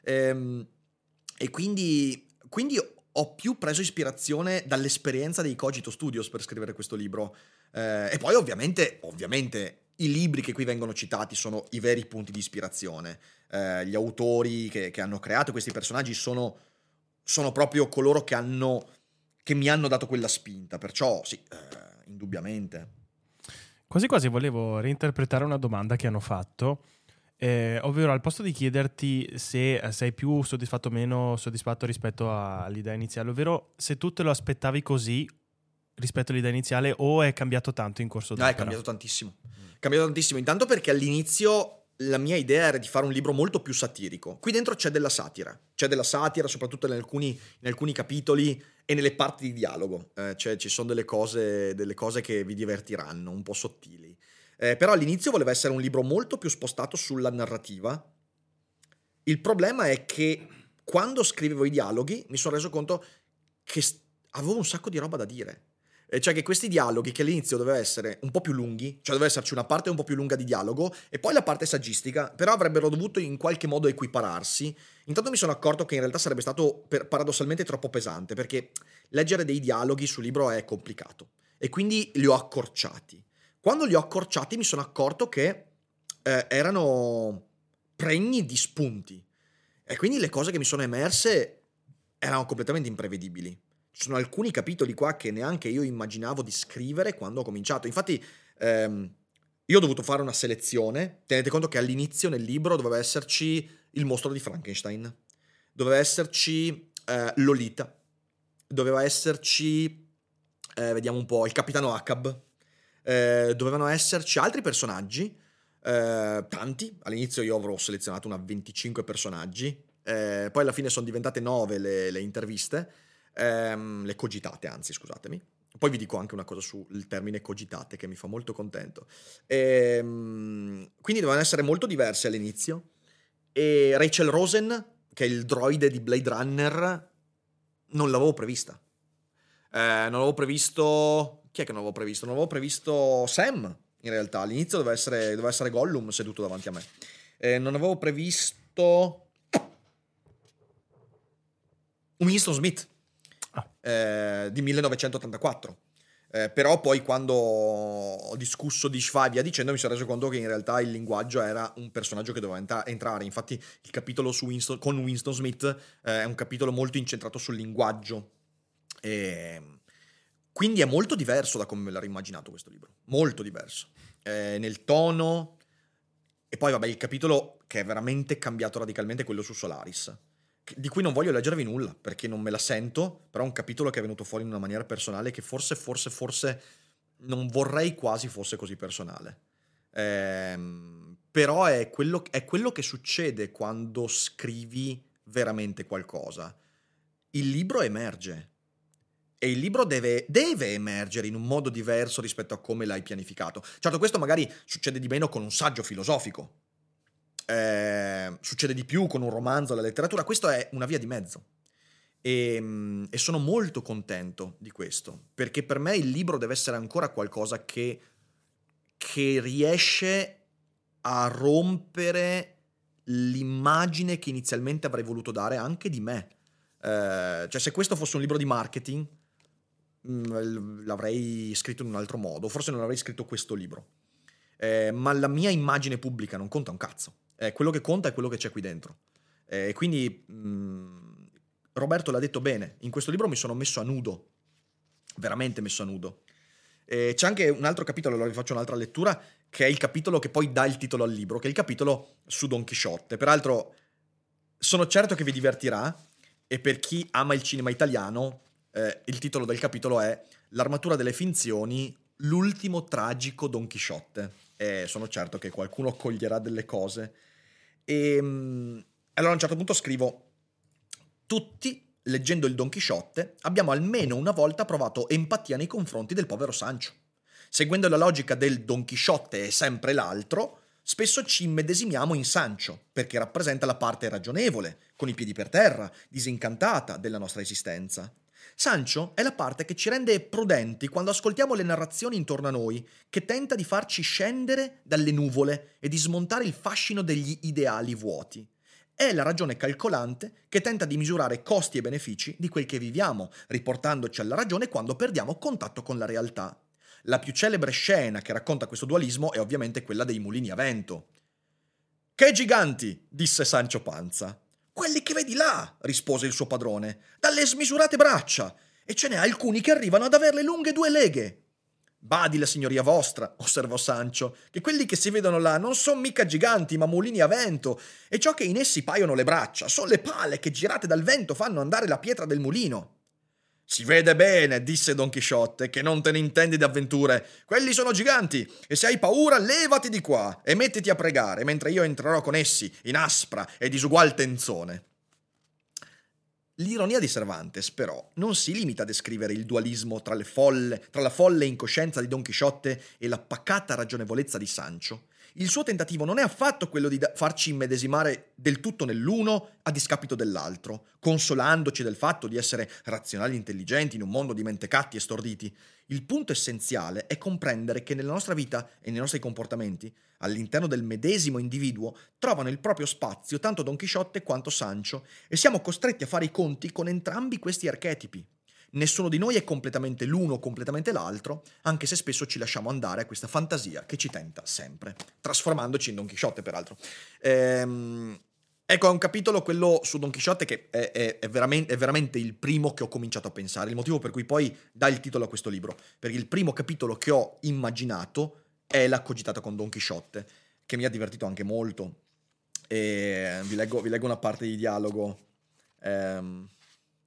S2: e quindi ho più preso ispirazione dall'esperienza dei Cogito Studios per scrivere questo libro, e poi ovviamente i libri che qui vengono citati sono i veri punti di ispirazione. Gli autori che hanno creato questi personaggi sono proprio coloro che mi hanno dato quella spinta, perciò sì, indubbiamente.
S3: Quasi quasi volevo reinterpretare una domanda che hanno fatto, ovvero al posto di chiederti se sei più soddisfatto o meno soddisfatto rispetto all'idea iniziale, ovvero se tu te lo aspettavi così rispetto all'idea iniziale o è cambiato tanto in corso d'opera?
S2: No, è cambiato tantissimo. Intanto perché all'inizio la mia idea era di fare un libro molto più satirico. Qui dentro c'è della satira soprattutto in alcuni capitoli e nelle parti di dialogo. Ci sono delle cose che vi divertiranno, un po' sottili. Però all'inizio voleva essere un libro molto più spostato sulla narrativa. Il problema è che quando scrivevo i dialoghi mi sono reso conto che avevo un sacco di roba da dire. Cioè che questi dialoghi, che all'inizio doveva essere un po' più lunghi, cioè doveva esserci una parte un po' più lunga di dialogo e poi la parte saggistica, però avrebbero dovuto in qualche modo equipararsi. Intanto mi sono accorto che in realtà sarebbe stato paradossalmente troppo pesante, perché leggere dei dialoghi sul libro è complicato, e quindi li ho accorciati. Quando li ho accorciati mi sono accorto che erano pregni di spunti, e quindi le cose che mi sono emerse erano completamente imprevedibili. Ci sono alcuni capitoli qua che neanche io immaginavo di scrivere quando ho cominciato. Infatti io ho dovuto fare una selezione. Tenete conto che all'inizio nel libro doveva esserci il mostro di Frankenstein, doveva esserci Lolita, doveva esserci, vediamo un po', il capitano Ahab, dovevano esserci altri personaggi, tanti. All'inizio io avrò selezionato una 25 personaggi, poi alla fine sono diventate 9 le interviste, le cogitate, anzi, scusatemi. Poi vi dico anche una cosa sul termine cogitate che mi fa molto contento. Quindi dovevano essere molto diverse all'inizio. E Rachel Rosen, che è il droide di Blade Runner, non l'avevo prevista. Non avevo previsto... Chi è che non avevo previsto? Non avevo previsto Sam, in realtà. All'inizio doveva essere Gollum seduto davanti a me. Non avevo previsto... Winston Smith, di 1984. Però poi quando ho discusso di Shva e via dicendo mi sono reso conto che in realtà il linguaggio era un personaggio che doveva entrare. Infatti il capitolo con Winston Smith è un capitolo molto incentrato sul linguaggio. Quindi è molto diverso da come me l'ero immaginato questo libro. Molto diverso. Nel tono. E poi vabbè, il capitolo che è veramente cambiato radicalmente è quello su Solaris, di cui non voglio leggervi nulla perché non me la sento, però è un capitolo che è venuto fuori in una maniera personale che forse non vorrei quasi fosse così personale. Però è quello che succede quando scrivi veramente qualcosa. Il libro emerge e il libro deve emergere in un modo diverso rispetto a come l'hai pianificato. Certo, questo magari succede di meno con un saggio filosofico. Succede di più con un romanzo, la letteratura. Questo è una via di mezzo e sono molto contento di questo, perché per me il libro deve essere ancora qualcosa che riesce a rompere l'immagine che inizialmente avrei voluto dare anche di me. Cioè, se questo fosse un libro di marketing l'avrei scritto in un altro modo, forse non avrei scritto questo libro, ma la mia immagine pubblica non conta un cazzo. Quello che conta è quello che c'è qui dentro. Quindi Roberto l'ha detto bene, in questo libro mi sono messo a nudo, veramente messo a nudo. C'è anche un altro capitolo, allora vi faccio un'altra lettura, che è il capitolo che poi dà il titolo al libro, che è il capitolo su Don Chisciotte. Peraltro sono certo che vi divertirà, e per chi ama il cinema italiano il titolo del capitolo è L'armatura delle finzioni, l'ultimo tragico Don Chisciotte. Sono certo che qualcuno coglierà delle cose. Allora a un certo punto scrivo: tutti, leggendo il Don Chisciotte, abbiamo almeno una volta provato empatia nei confronti del povero Sancho. Seguendo la logica del Don Chisciotte è sempre l'altro, spesso ci immedesimiamo in Sancho, perché rappresenta la parte ragionevole, con i piedi per terra, disincantata della nostra esistenza. Sancho è la parte che ci rende prudenti quando ascoltiamo le narrazioni intorno a noi, che tenta di farci scendere dalle nuvole e di smontare il fascino degli ideali vuoti. È la ragione calcolante che tenta di misurare costi e benefici di quel che viviamo, riportandoci alla ragione quando perdiamo contatto con la realtà. La più celebre scena che racconta questo dualismo è ovviamente quella dei mulini a vento. «Che giganti!» disse Sancho Panza. «Quelli che vedi là!» rispose il suo padrone. «Dalle smisurate braccia! E ce n'è alcuni che arrivano ad averle lunghe 2 leghe!» «Badi la signoria vostra», osservò Sancho, «che quelli che si vedono là non son mica giganti, ma mulini a vento, e ciò che in essi paiono le braccia son le pale che girate dal vento fanno andare la pietra del mulino». «Si vede bene», disse Don Chisciotte, «che non te ne intendi d'avventure. Quelli sono giganti, e se hai paura levati di qua e mettiti a pregare, mentre io entrerò con essi in aspra e disugual tenzone». L'ironia di Cervantes, però, non si limita a descrivere il dualismo tra la folle incoscienza di Don Chisciotte e la pacata ragionevolezza di Sancho. Il suo tentativo non è affatto quello di farci immedesimare del tutto nell'uno a discapito dell'altro, consolandoci del fatto di essere razionali e intelligenti in un mondo di mentecatti e storditi. Il punto essenziale è comprendere che nella nostra vita e nei nostri comportamenti, all'interno del medesimo individuo, trovano il proprio spazio tanto Don Chisciotte quanto Sancho, e siamo costretti a fare i conti con entrambi questi archetipi. Nessuno di noi è completamente l'uno o completamente l'altro, anche se spesso ci lasciamo andare a questa fantasia che ci tenta sempre, trasformandoci in Don Chisciotte, peraltro. Ecco, è un capitolo, quello su Don Chisciotte, che è veramente il primo che ho cominciato a pensare, il motivo per cui poi dà il titolo a questo libro, perché il primo capitolo che ho immaginato è la cogitata con Don Chisciotte, che mi ha divertito anche molto. E vi leggo una parte di dialogo.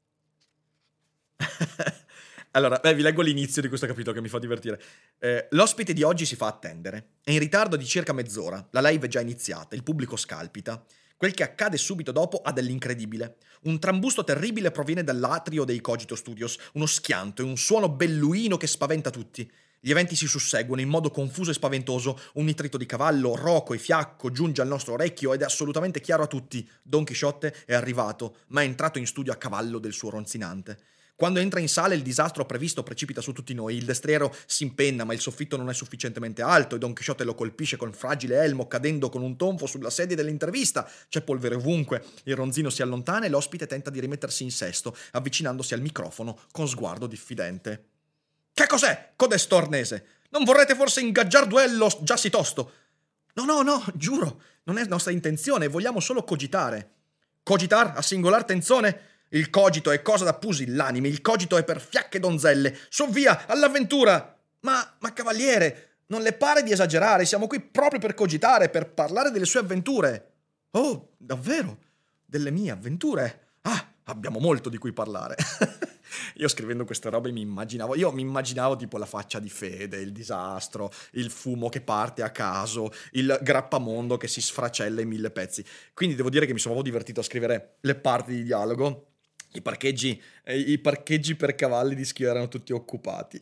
S2: Allora, vi leggo l'inizio di questo capitolo che mi fa divertire. L'ospite di oggi si fa attendere. È in ritardo di circa mezz'ora. La live è già iniziata, il pubblico scalpita. Quel che accade subito dopo ha dell'incredibile. Un trambusto terribile proviene dall'atrio dei Cogito Studios, uno schianto e un suono belluino che spaventa tutti. Gli eventi si susseguono in modo confuso e spaventoso, un nitrito di cavallo, roco e fiacco giunge al nostro orecchio ed è assolutamente chiaro a tutti. Don Chisciotte è arrivato, ma è entrato in studio a cavallo del suo ronzinante. Quando entra in sala il disastro previsto precipita su tutti noi, il destriero si impenna ma il soffitto non è sufficientemente alto e Don Chisciotte lo colpisce col fragile elmo cadendo con un tonfo sulla sedia dell'intervista. C'è polvere ovunque, il ronzino si allontana e l'ospite tenta di rimettersi in sesto, avvicinandosi al microfono con sguardo diffidente. «Che cos'è, codesto arnese? Non vorrete forse ingaggiar duello già si tosto?» No, giuro, non è nostra intenzione, vogliamo solo cogitare». «Cogitar a singolar tenzone? Il cogito è cosa da pusillanimi, il cogito è per fiacche donzelle. Su via, all'avventura!» Ma cavaliere, non le pare di esagerare? Siamo qui proprio per cogitare, per parlare delle sue avventure. «Oh, davvero? Delle mie avventure? Ah, abbiamo molto di cui parlare». Io scrivendo queste robe mi immaginavo tipo la faccia di Fede, il disastro, il fumo che parte a caso, il grappamondo che si sfracella in 1000 pezzi. Quindi devo dire che mi sono proprio divertito a scrivere le parti di dialogo. I parcheggi per cavalli di Schio erano tutti occupati.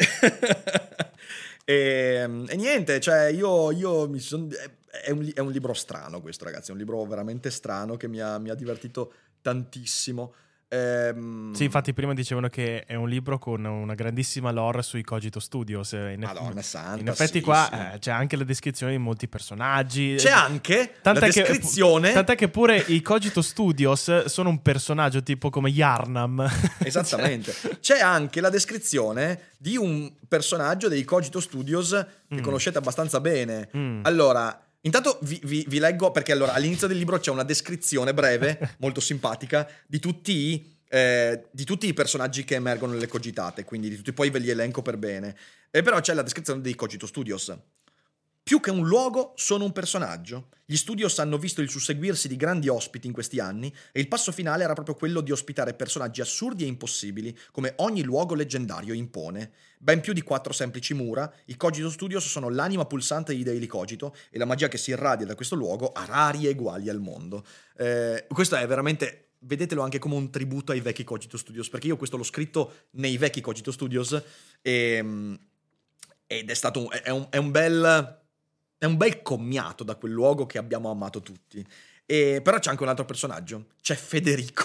S2: e niente, cioè io mi sono... È un libro strano questo, ragazzi, è un libro veramente strano che mi ha divertito tantissimo.
S3: Sì, infatti prima dicevano che è un libro con una grandissima lore sui Cogito Studios.
S2: Madonna santa,
S3: in effetti
S2: sì,
S3: qua
S2: sì.
S3: C'è anche la descrizione di molti personaggi.
S2: C'è anche la descrizione.
S3: Tant'è che pure i Cogito Studios sono un personaggio tipo come Yarnam.
S2: Esattamente. C'è anche la descrizione di un personaggio dei Cogito Studios che conoscete abbastanza bene. Allora, intanto vi leggo, perché allora all'inizio del libro c'è una descrizione breve, molto simpatica, di tutti i personaggi che emergono nelle cogitate, quindi di tutti, poi ve li elenco per bene. Però c'è la descrizione dei Cogito Studios. Più che un luogo, sono un personaggio. Gli studios hanno visto il susseguirsi di grandi ospiti in questi anni e il passo finale era proprio quello di ospitare personaggi assurdi e impossibili, come ogni luogo leggendario impone. Ben più di 4 semplici mura, i Cogito Studios sono l'anima pulsante di Daily Cogito e la magia che si irradia da questo luogo ha rari eguali al mondo. Questo è veramente... Vedetelo anche come un tributo ai vecchi Cogito Studios, perché io questo l'ho scritto nei vecchi Cogito Studios ed è stato è un bel commiato da quel luogo che abbiamo amato tutti. Però c'è anche un altro personaggio, c'è Federico.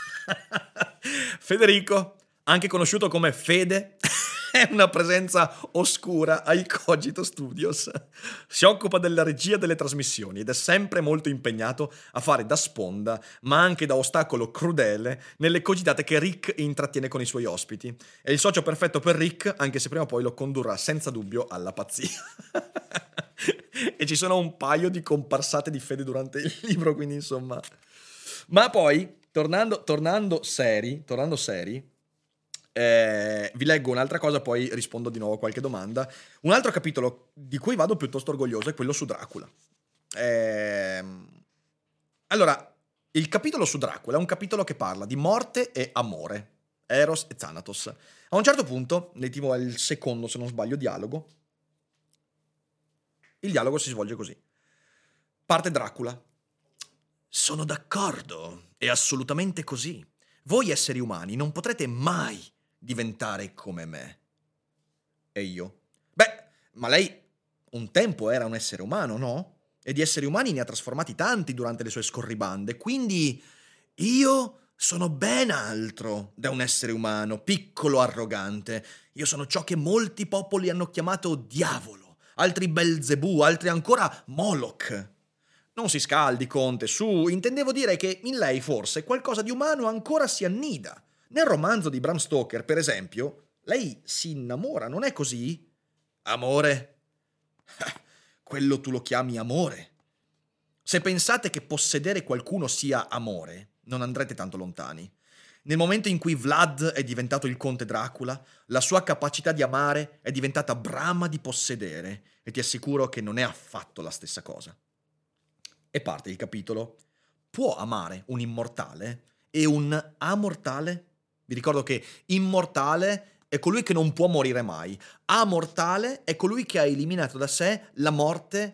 S2: Federico, anche conosciuto come Fede, è una presenza oscura ai Cogito Studios. Si occupa della regia delle trasmissioni ed è sempre molto impegnato a fare da sponda, ma anche da ostacolo crudele nelle cogitate che Rick intrattiene con i suoi ospiti. È il socio perfetto per Rick, anche se prima o poi lo condurrà senza dubbio alla pazzia. E ci sono un paio di comparsate di Fede durante il libro, quindi insomma. Ma poi, tornando seri, vi leggo un'altra cosa, poi rispondo di nuovo a qualche domanda. Un altro capitolo di cui vado piuttosto orgoglioso è quello su Dracula. Allora, il capitolo su Dracula è un capitolo che parla di morte e amore, Eros e Thanatos. A un certo punto, tipo è il secondo, se non sbaglio, dialogo, il dialogo si svolge così. Parte Dracula. «Sono d'accordo, è assolutamente così. Voi esseri umani non potrete mai diventare come me». E io? «Beh, ma lei un tempo era un essere umano, no? E di esseri umani ne ha trasformati tanti durante le sue scorribande, quindi io sono ben altro da un essere umano, piccolo, arrogante. Io sono ciò che molti popoli hanno chiamato diavolo, altri Belzebù, altri ancora Moloch. Non si scaldi, conte, su, intendevo dire che in lei forse qualcosa di umano ancora si annida. Nel romanzo di Bram Stoker, per esempio, lei si innamora, non è così? Amore? Quello tu lo chiami amore? Se pensate che possedere qualcuno sia amore, non andrete tanto lontani. Nel momento in cui Vlad è diventato il conte Dracula, la sua capacità di amare è diventata brama di possedere, e ti assicuro che non è affatto la stessa cosa. E parte il capitolo. Può amare un immortale e un amortale? Vi ricordo che immortale è colui che non può morire mai. Amortale è colui che ha eliminato da sé la morte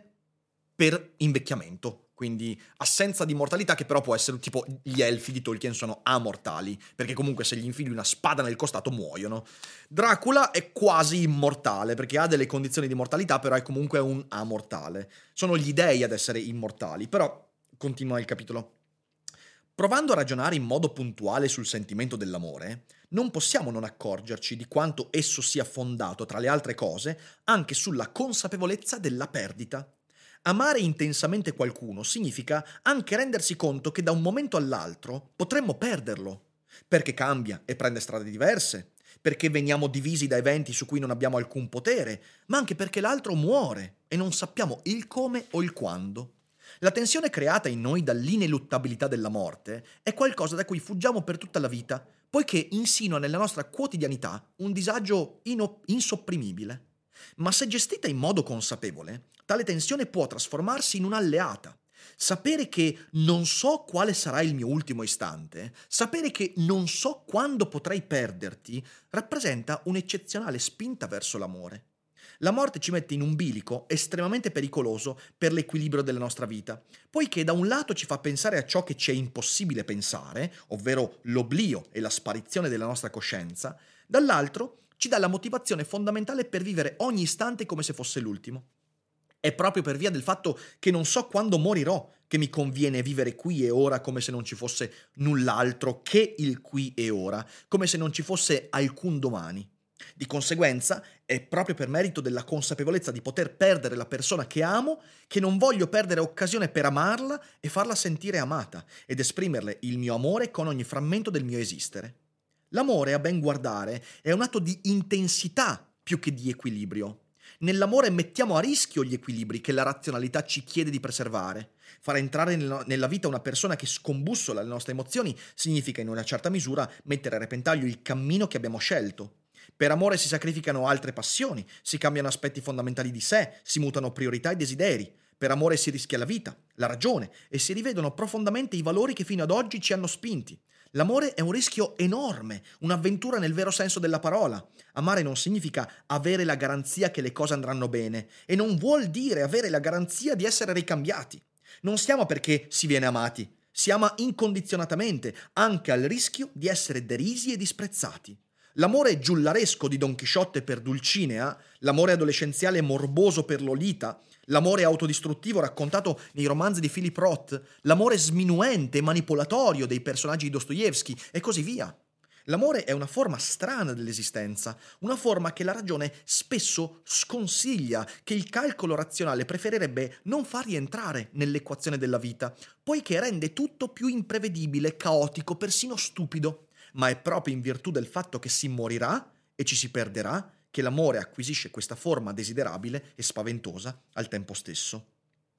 S2: per invecchiamento. Quindi assenza di mortalità, che però può essere tipo gli elfi di Tolkien sono amortali, perché comunque se gli infili una spada nel costato muoiono. Dracula è quasi immortale, perché ha delle condizioni di mortalità, però è comunque un amortale. Sono gli dei ad essere immortali, però continua il capitolo. Provando a ragionare in modo puntuale sul sentimento dell'amore, non possiamo non accorgerci di quanto esso sia fondato, tra le altre cose, anche sulla consapevolezza della perdita. Amare intensamente qualcuno significa anche rendersi conto che da un momento all'altro potremmo perderlo, perché cambia e prende strade diverse, perché veniamo divisi da eventi su cui non abbiamo alcun potere, ma anche perché l'altro muore e non sappiamo il come o il quando. La tensione creata in noi dall'ineluttabilità della morte è qualcosa da cui fuggiamo per tutta la vita, poiché insinua nella nostra quotidianità un disagio insopprimibile. Ma se gestita in modo consapevole, tale tensione può trasformarsi in un'alleata. Sapere che non so quale sarà il mio ultimo istante, sapere che non so quando potrei perderti, rappresenta un'eccezionale spinta verso l'amore. La morte ci mette in un bilico estremamente pericoloso per l'equilibrio della nostra vita, poiché da un lato ci fa pensare a ciò che ci è impossibile pensare, ovvero l'oblio e la sparizione della nostra coscienza, dall'altro ci dà la motivazione fondamentale per vivere ogni istante come se fosse l'ultimo. È proprio per via del fatto che non so quando morirò che mi conviene vivere qui e ora come se non ci fosse null'altro che il qui e ora, come se non ci fosse alcun domani. Di conseguenza, è proprio per merito della consapevolezza di poter perdere la persona che amo che non voglio perdere occasione per amarla e farla sentire amata ed esprimerle il mio amore con ogni frammento del mio esistere. L'amore, a ben guardare, è un atto di intensità più che di equilibrio. Nell'amore mettiamo a rischio gli equilibri che la razionalità ci chiede di preservare. Far entrare nella vita una persona che scombussola le nostre emozioni significa in una certa misura mettere a repentaglio il cammino che abbiamo scelto. Per amore si sacrificano altre passioni, si cambiano aspetti fondamentali di sé, si mutano priorità e desideri. Per amore si rischia la vita, la ragione e si rivedono profondamente i valori che fino ad oggi ci hanno spinti. L'amore è un rischio enorme, un'avventura nel vero senso della parola. Amare non significa avere la garanzia che le cose andranno bene e non vuol dire avere la garanzia di essere ricambiati. Non si ama perché si viene amati, si ama incondizionatamente, anche al rischio di essere derisi e disprezzati. L'amore giullaresco di Don Chisciotte per Dulcinea, l'amore adolescenziale morboso per Lolita, l'amore autodistruttivo raccontato nei romanzi di Philip Roth, l'amore sminuente e manipolatorio dei personaggi di Dostoevsky e così via. L'amore è una forma strana dell'esistenza, una forma che la ragione spesso sconsiglia, che il calcolo razionale preferirebbe non far rientrare nell'equazione della vita, poiché rende tutto più imprevedibile, caotico, persino stupido. Ma è proprio in virtù del fatto che si morirà e ci si perderà che l'amore acquisisce questa forma desiderabile e spaventosa al tempo stesso.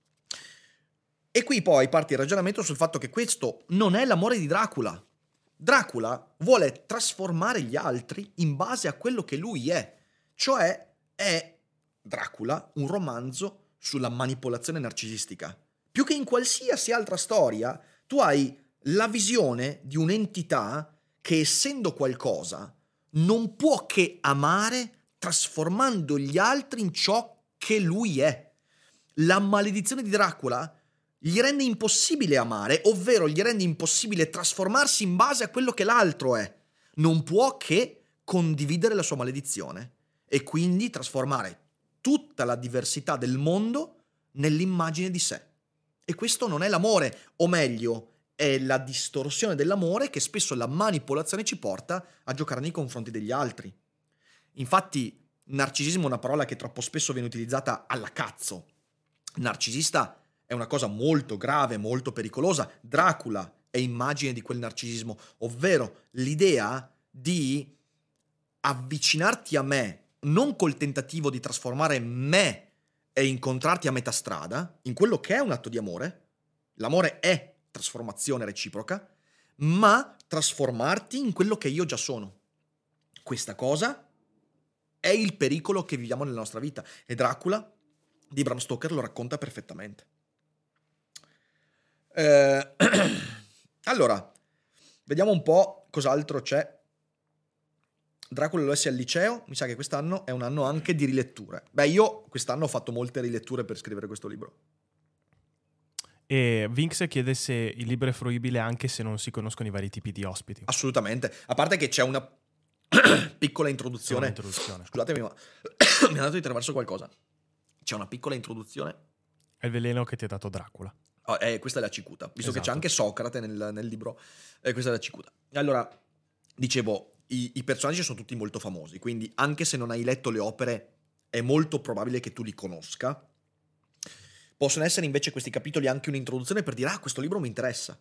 S2: E qui poi parte il ragionamento sul fatto che questo non è l'amore di Dracula. Dracula vuole trasformare gli altri in base a quello che lui è, cioè è Dracula un romanzo sulla manipolazione narcisistica. Più che in qualsiasi altra storia, tu hai la visione di un'entità che essendo qualcosa non può che amare trasformando gli altri in ciò che lui è. La maledizione di Dracula gli rende impossibile amare, ovvero gli rende impossibile trasformarsi in base a quello che l'altro è. Non può che condividere la sua maledizione e quindi trasformare tutta la diversità del mondo nell'immagine di sé. E questo non è l'amore, o meglio, è la distorsione dell'amore che spesso la manipolazione ci porta a giocare nei confronti degli altri. Infatti, narcisismo è una parola che troppo spesso viene utilizzata alla cazzo. Narcisista è una cosa molto grave, molto pericolosa. Dracula è immagine di quel narcisismo, ovvero l'idea di avvicinarti a me non col tentativo di trasformare me e incontrarti a metà strada, in quello che è un atto di amore. L'amore è trasformazione reciproca, ma trasformarti in quello che io già sono. Questa cosa è il pericolo che viviamo nella nostra vita e Dracula di Bram Stoker lo racconta perfettamente. Allora, vediamo un po' cos'altro c'è Dracula lo lessi al liceo, mi sa che quest'anno è un anno anche di riletture. Beh, io quest'anno ho fatto molte riletture per scrivere questo libro.
S3: E Vinx chiede se il libro è fruibile anche se non si conoscono i vari tipi di ospiti.
S2: Assolutamente. A parte che c'è una piccola introduzione. Scusatemi, ma mi è andato di attraverso qualcosa. C'è una piccola introduzione.
S3: È il veleno che ti ha dato Dracula.
S2: Questa è la cicuta. Visto che c'è
S3: Esatto.
S2: anche Socrate nel libro, questa è la cicuta. Allora, dicevo, i personaggi sono tutti molto famosi, quindi anche se non hai letto le opere è molto probabile che tu li conosca. Possono essere invece questi capitoli anche un'introduzione per dire questo libro mi interessa.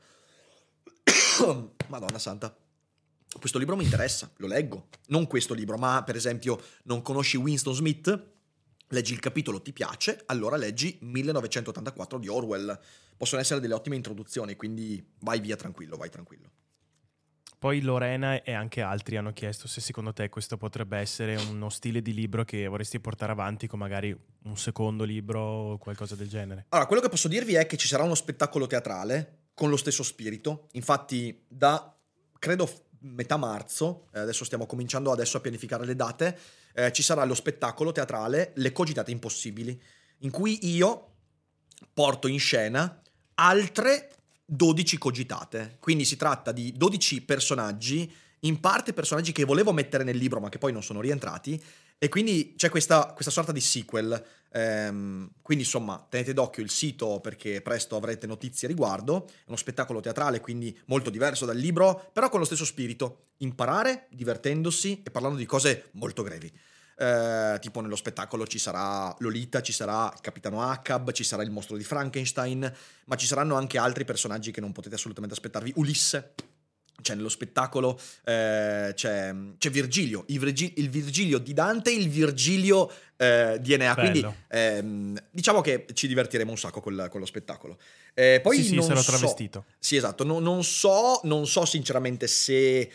S2: Madonna santa, questo libro mi interessa, lo leggo. Non questo libro, ma per esempio non conosci Winston Smith? Leggi il capitolo, ti piace, allora leggi 1984 di Orwell. Possono essere delle ottime introduzioni, quindi vai via tranquillo, vai tranquillo.
S3: Poi Lorena e anche altri hanno chiesto se secondo te questo potrebbe essere uno stile di libro che vorresti portare avanti con magari un secondo libro o qualcosa del genere.
S2: Allora, quello che posso dirvi è che ci sarà uno spettacolo teatrale con lo stesso spirito. Infatti, da credo metà marzo, adesso stiamo cominciando adesso a pianificare le date, ci sarà lo spettacolo teatrale Le Cogitate Impossibili, in cui io porto in scena altre 12 cogitate. Quindi si tratta di 12 personaggi, in parte personaggi che volevo mettere nel libro ma che poi non sono rientrati, e quindi c'è questa sorta di sequel. Quindi insomma tenete d'occhio il sito perché presto avrete notizie a riguardo. È uno spettacolo teatrale, quindi molto diverso dal libro, però con lo stesso spirito: imparare divertendosi e parlando di cose molto grevi. Tipo nello spettacolo ci sarà Lolita, ci sarà Capitano Ahab, ci sarà il mostro di Frankenstein, ma ci saranno anche altri personaggi che non potete assolutamente aspettarvi. Ulisse c'è nello spettacolo, c'è Virgilio, il Virgilio di Dante, il Virgilio di Enea.
S3: Bello.
S2: Quindi diciamo che ci divertiremo un sacco con lo spettacolo. Poi
S3: sì,
S2: non
S3: sarò
S2: so,
S3: travestito.
S2: sì, esatto, non so sinceramente se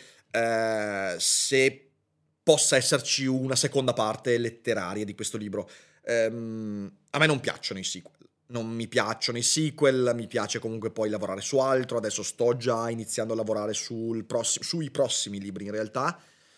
S2: possa esserci una seconda parte letteraria di questo libro. A me non piacciono i sequel. Non mi piacciono i sequel, mi piace comunque poi lavorare su altro. Adesso sto già iniziando a lavorare sui prossimi libri in realtà.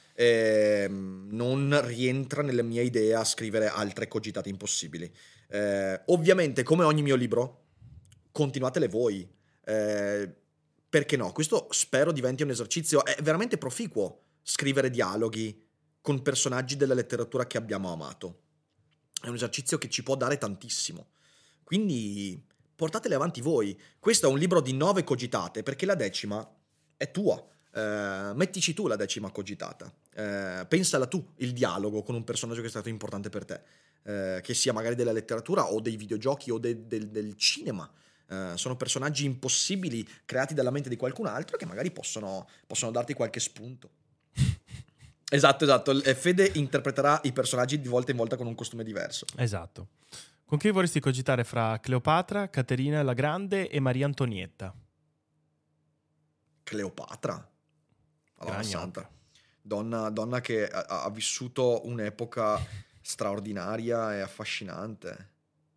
S2: Non rientra nella mia idea scrivere altre cogitate impossibili. Ovviamente, come ogni mio libro, continuatele voi. Perché no? Questo spero diventi un esercizio. È veramente proficuo scrivere dialoghi con personaggi della letteratura che abbiamo amato. È un esercizio che ci può dare tantissimo. Quindi portatele avanti voi. Questo è un libro di 9 cogitate, perché la 10ª è tua. Mettici tu la 10ª cogitata. Pensala tu, il dialogo con un personaggio che è stato importante per te. Che sia magari della letteratura o dei videogiochi o del cinema. Sono personaggi impossibili creati dalla mente di qualcun altro che magari possono darti qualche spunto. Esatto. Fede interpreterà i personaggi di volta in volta con un costume diverso.
S3: Esatto. Con chi vorresti cogitare fra Cleopatra, Caterina la Grande e Maria Antonietta?
S2: Cleopatra? Allora,
S3: Gran
S2: santa. Donna che ha vissuto un'epoca straordinaria e affascinante.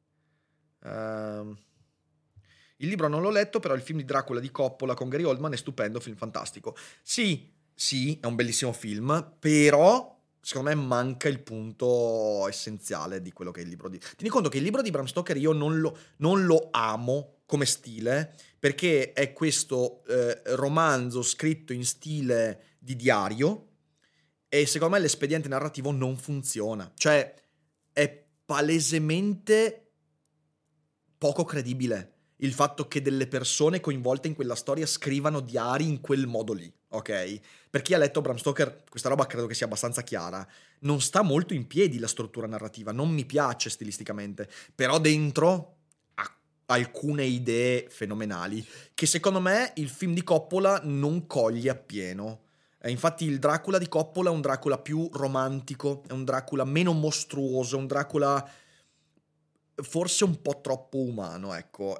S2: Il libro non l'ho letto, però il film di Dracula di Coppola con Gary Oldman è stupendo, film fantastico. Sì, è un bellissimo film, però secondo me manca il punto essenziale di quello che è il libro di... Tieni conto che il libro di Bram Stoker io non lo amo come stile, perché è questo romanzo scritto in stile di diario e secondo me l'espediente narrativo non funziona. Cioè, è palesemente poco credibile il fatto che delle persone coinvolte in quella storia scrivano diari in quel modo lì, ok? Per chi ha letto Bram Stoker, questa roba credo che sia abbastanza chiara. Non sta molto in piedi la struttura narrativa, non mi piace stilisticamente, però dentro ha alcune idee fenomenali che secondo me il film di Coppola non coglie appieno. Infatti il Dracula di Coppola è un Dracula più romantico, è un Dracula meno mostruoso, è un Dracula forse un po' troppo umano, ecco.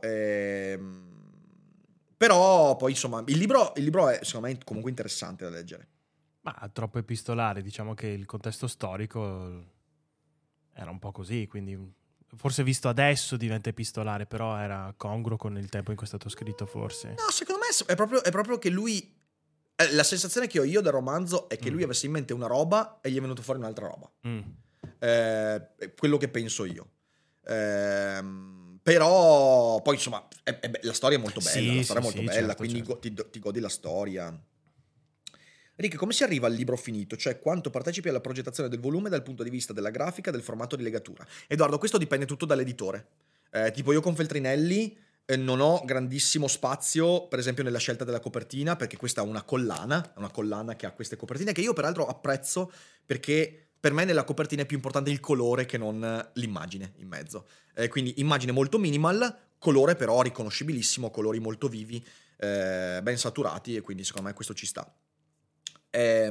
S2: Però poi insomma il libro è secondo me comunque interessante da leggere.
S3: Ma troppo epistolare, diciamo che il contesto storico era un po' così, quindi forse visto adesso diventa epistolare, però era congruo con il tempo in cui è stato scritto, forse.
S2: No, secondo me è proprio che lui La sensazione che ho io del romanzo è che lui avesse in mente una roba e gli è venuto fuori un'altra roba. Quello che penso io. Però poi insomma la storia è molto bella, la storia è molto bella,
S3: certo,
S2: quindi
S3: certo.
S2: ti godi la storia. Rick, come si arriva al libro finito? Cioè quanto partecipi alla progettazione del volume dal punto di vista della grafica, del formato di legatura? Edoardo, questo dipende tutto dall'editore. Tipo io con Feltrinelli non ho grandissimo spazio, per esempio, nella scelta della copertina, perché questa è una collana che ha queste copertine, che io peraltro apprezzo, perché per me nella copertina è più importante il colore che non l'immagine in mezzo. Quindi immagine molto minimal, colore però riconoscibilissimo, colori molto vivi, ben saturati, e quindi secondo me questo ci sta. Dal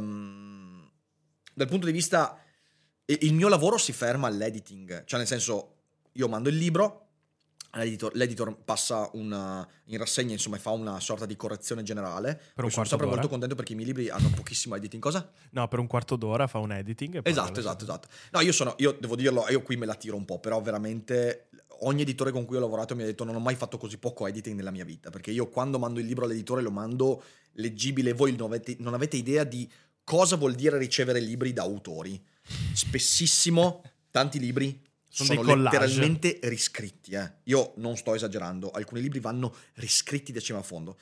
S2: punto di vista, il mio lavoro si ferma all'editing, cioè nel senso, io mando il libro, l'editor passa in rassegna, insomma, e fa una sorta di correzione generale. Sono sempre molto contento perché i miei libri hanno pochissimo editing. Cosa?
S3: No, per un quarto d'ora fa un editing. E
S2: esatto. No, io devo dirlo, io qui me la tiro un po', però veramente ogni editore con cui ho lavorato mi ha detto non ho mai fatto così poco editing nella mia vita, perché io quando mando il libro all'editore lo mando leggibile. Voi non avete idea di cosa vuol dire ricevere libri da autori. Spessissimo tanti libri sono letteralmente riscritti. Io non sto esagerando, alcuni libri vanno riscritti da cima a fondo.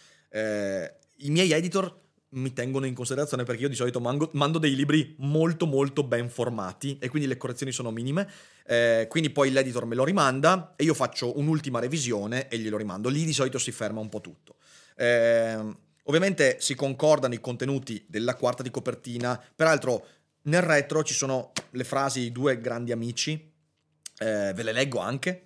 S2: I miei editor mi tengono in considerazione perché io di solito mando dei libri molto molto ben formati e quindi le correzioni sono minime, quindi poi l'editor me lo rimanda e io faccio un'ultima revisione e glielo rimando. Lì di solito si ferma un po' tutto. Ovviamente si concordano i contenuti della quarta di copertina. Peraltro nel retro ci sono le frasi di due grandi amici, ve le leggo anche,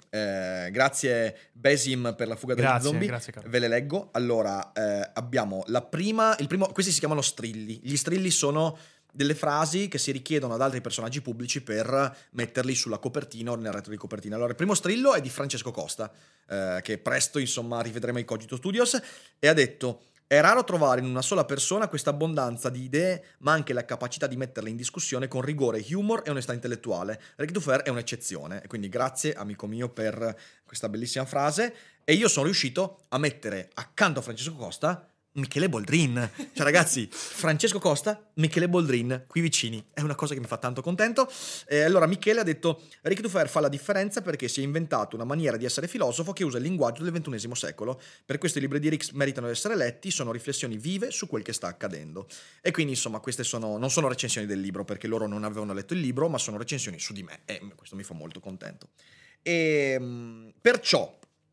S2: grazie Besim per la fuga degli zombie.
S3: Grazie, caro.
S2: Ve le leggo. Allora, abbiamo la prima, questi si chiamano strilli. Gli strilli sono delle frasi che si richiedono ad altri personaggi pubblici per metterli sulla copertina o nel retro di copertina. Allora, il primo strillo è di Francesco Costa, che presto insomma rivedremo ai Cogito Studios, e ha detto: è raro trovare in una sola persona questa abbondanza di idee, ma anche la capacità di metterle in discussione con rigore, humor e onestà intellettuale. Rick Dufer è un'eccezione, e quindi grazie, amico mio, per questa bellissima frase. E io sono riuscito a mettere accanto a Francesco Costa Michele Boldrin. Cioè ragazzi, Francesco Costa, Michele Boldrin, qui vicini. È una cosa che mi fa tanto contento. Allora Michele ha detto: Rick Dufer fa la differenza perché si è inventato una maniera di essere filosofo che usa il linguaggio del XXI secolo. Per questo i libri di Rick meritano di essere letti, sono riflessioni vive su quel che sta accadendo. E quindi insomma queste non sono recensioni del libro, perché loro non avevano letto il libro, ma sono recensioni su di me, e questo mi fa molto contento. E perciò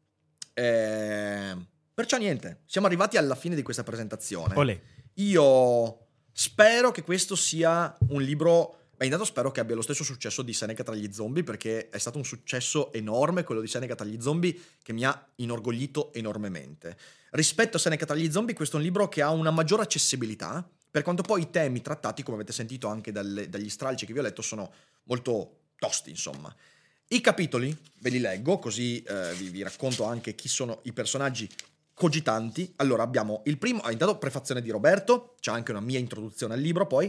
S2: niente, siamo arrivati alla fine di questa presentazione.
S3: Olè.
S2: Io spero che questo sia un libro... intanto spero che abbia lo stesso successo di Seneca tra gli zombie, perché è stato un successo enorme quello di Seneca tra gli zombie, che mi ha inorgoglito enormemente. Rispetto a Seneca tra gli zombie, questo è un libro che ha una maggiore accessibilità, per quanto poi i temi trattati, come avete sentito anche dagli stralci che vi ho letto, sono molto tosti, insomma. I capitoli ve li leggo, così vi racconto anche chi sono i personaggi cogitanti. Allora abbiamo il primo, intanto prefazione di Roberto, c'è anche una mia introduzione al libro, poi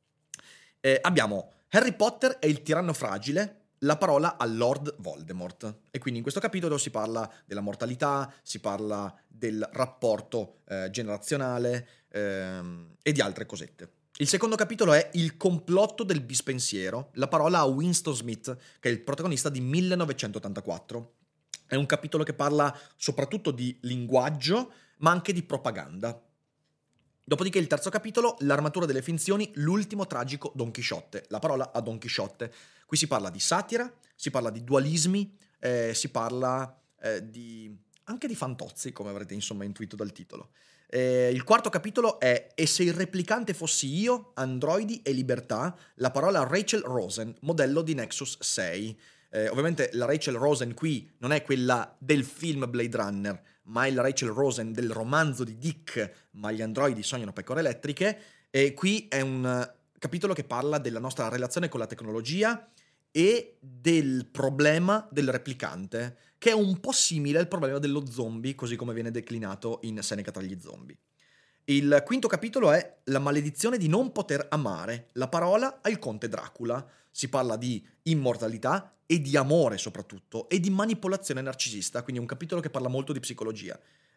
S2: abbiamo Harry Potter e il tiranno fragile, la parola a Lord Voldemort. E quindi in questo capitolo si parla della mortalità, si parla del rapporto generazionale e di altre cosette. Il secondo capitolo è il complotto del bispensiero, la parola a Winston Smith, che è il protagonista di 1984. È un capitolo che parla soprattutto di linguaggio, ma anche di propaganda. Dopodiché il terzo capitolo, l'armatura delle finzioni, l'ultimo tragico Don Chisciotte, la parola a Don Chisciotte. Qui si parla di satira, si parla di dualismi, si parla anche di fantozzi, come avrete insomma intuito dal titolo. Il quarto capitolo è E se il replicante fossi io, androidi e libertà, la parola a Rachel Rosen, modello di Nexus 6. Ovviamente la Rachel Rosen qui non è quella del film Blade Runner, ma è la Rachel Rosen del romanzo di Dick, Ma gli androidi sognano pecore elettriche. E qui è un capitolo che parla della nostra relazione con la tecnologia e del problema del replicante, che è un po' simile al problema dello zombie, così come viene declinato in Seneca tra gli zombie. Il quinto capitolo è la maledizione di non poter amare, la parola al conte Dracula. Si parla di immortalità e di amore soprattutto, e di manipolazione narcisista, quindi un capitolo che parla molto di psicologia.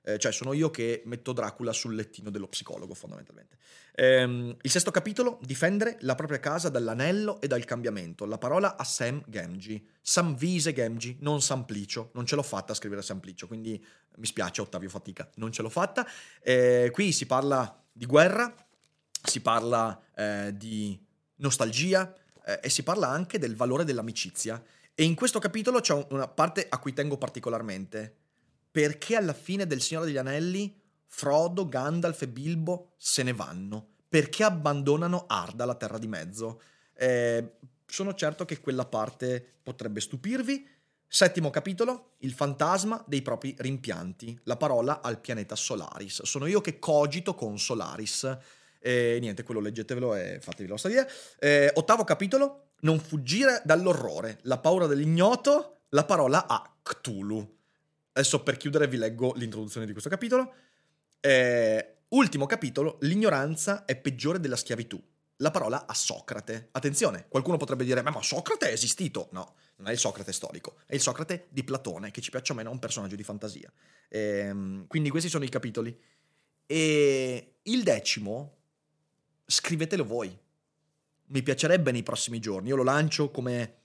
S2: cioè sono io che metto Dracula sul lettino dello psicologo, fondamentalmente. Il sesto capitolo, difendere la propria casa dall'anello e dal cambiamento. La parola a Sam Gamgee. Samvise Gamgee, non Samplicio. Non ce l'ho fatta a scrivere Samplicio, quindi mi spiace Ottavio Fatica, non ce l'ho fatta. Qui si parla di guerra, si parla di nostalgia e si parla anche del valore dell'amicizia. E in questo capitolo c'è una parte a cui tengo particolarmente, perché alla fine del Signore degli Anelli Frodo, Gandalf e Bilbo se ne vanno, perché abbandonano Arda, la Terra di Mezzo. Sono certo che quella parte potrebbe stupirvi. Settimo capitolo, il fantasma dei propri rimpianti, la parola al pianeta Solaris. Sono io che cogito con Solaris. Niente, quello leggetevelo e fatevi la vostra idea. Ottavo capitolo, non fuggire dall'orrore, la paura dell'ignoto, la parola a Cthulhu. Adesso per chiudere vi leggo l'introduzione di questo capitolo. Ultimo capitolo, l'ignoranza è peggiore della schiavitù. La parola a Socrate. Attenzione, qualcuno potrebbe dire, ma Socrate è esistito? No, non è il Socrate storico, è il Socrate di Platone, che ci piaccia o meno, è un personaggio di fantasia. Quindi questi sono i capitoli. E il decimo, scrivetelo voi. Mi piacerebbe nei prossimi giorni, io lo lancio come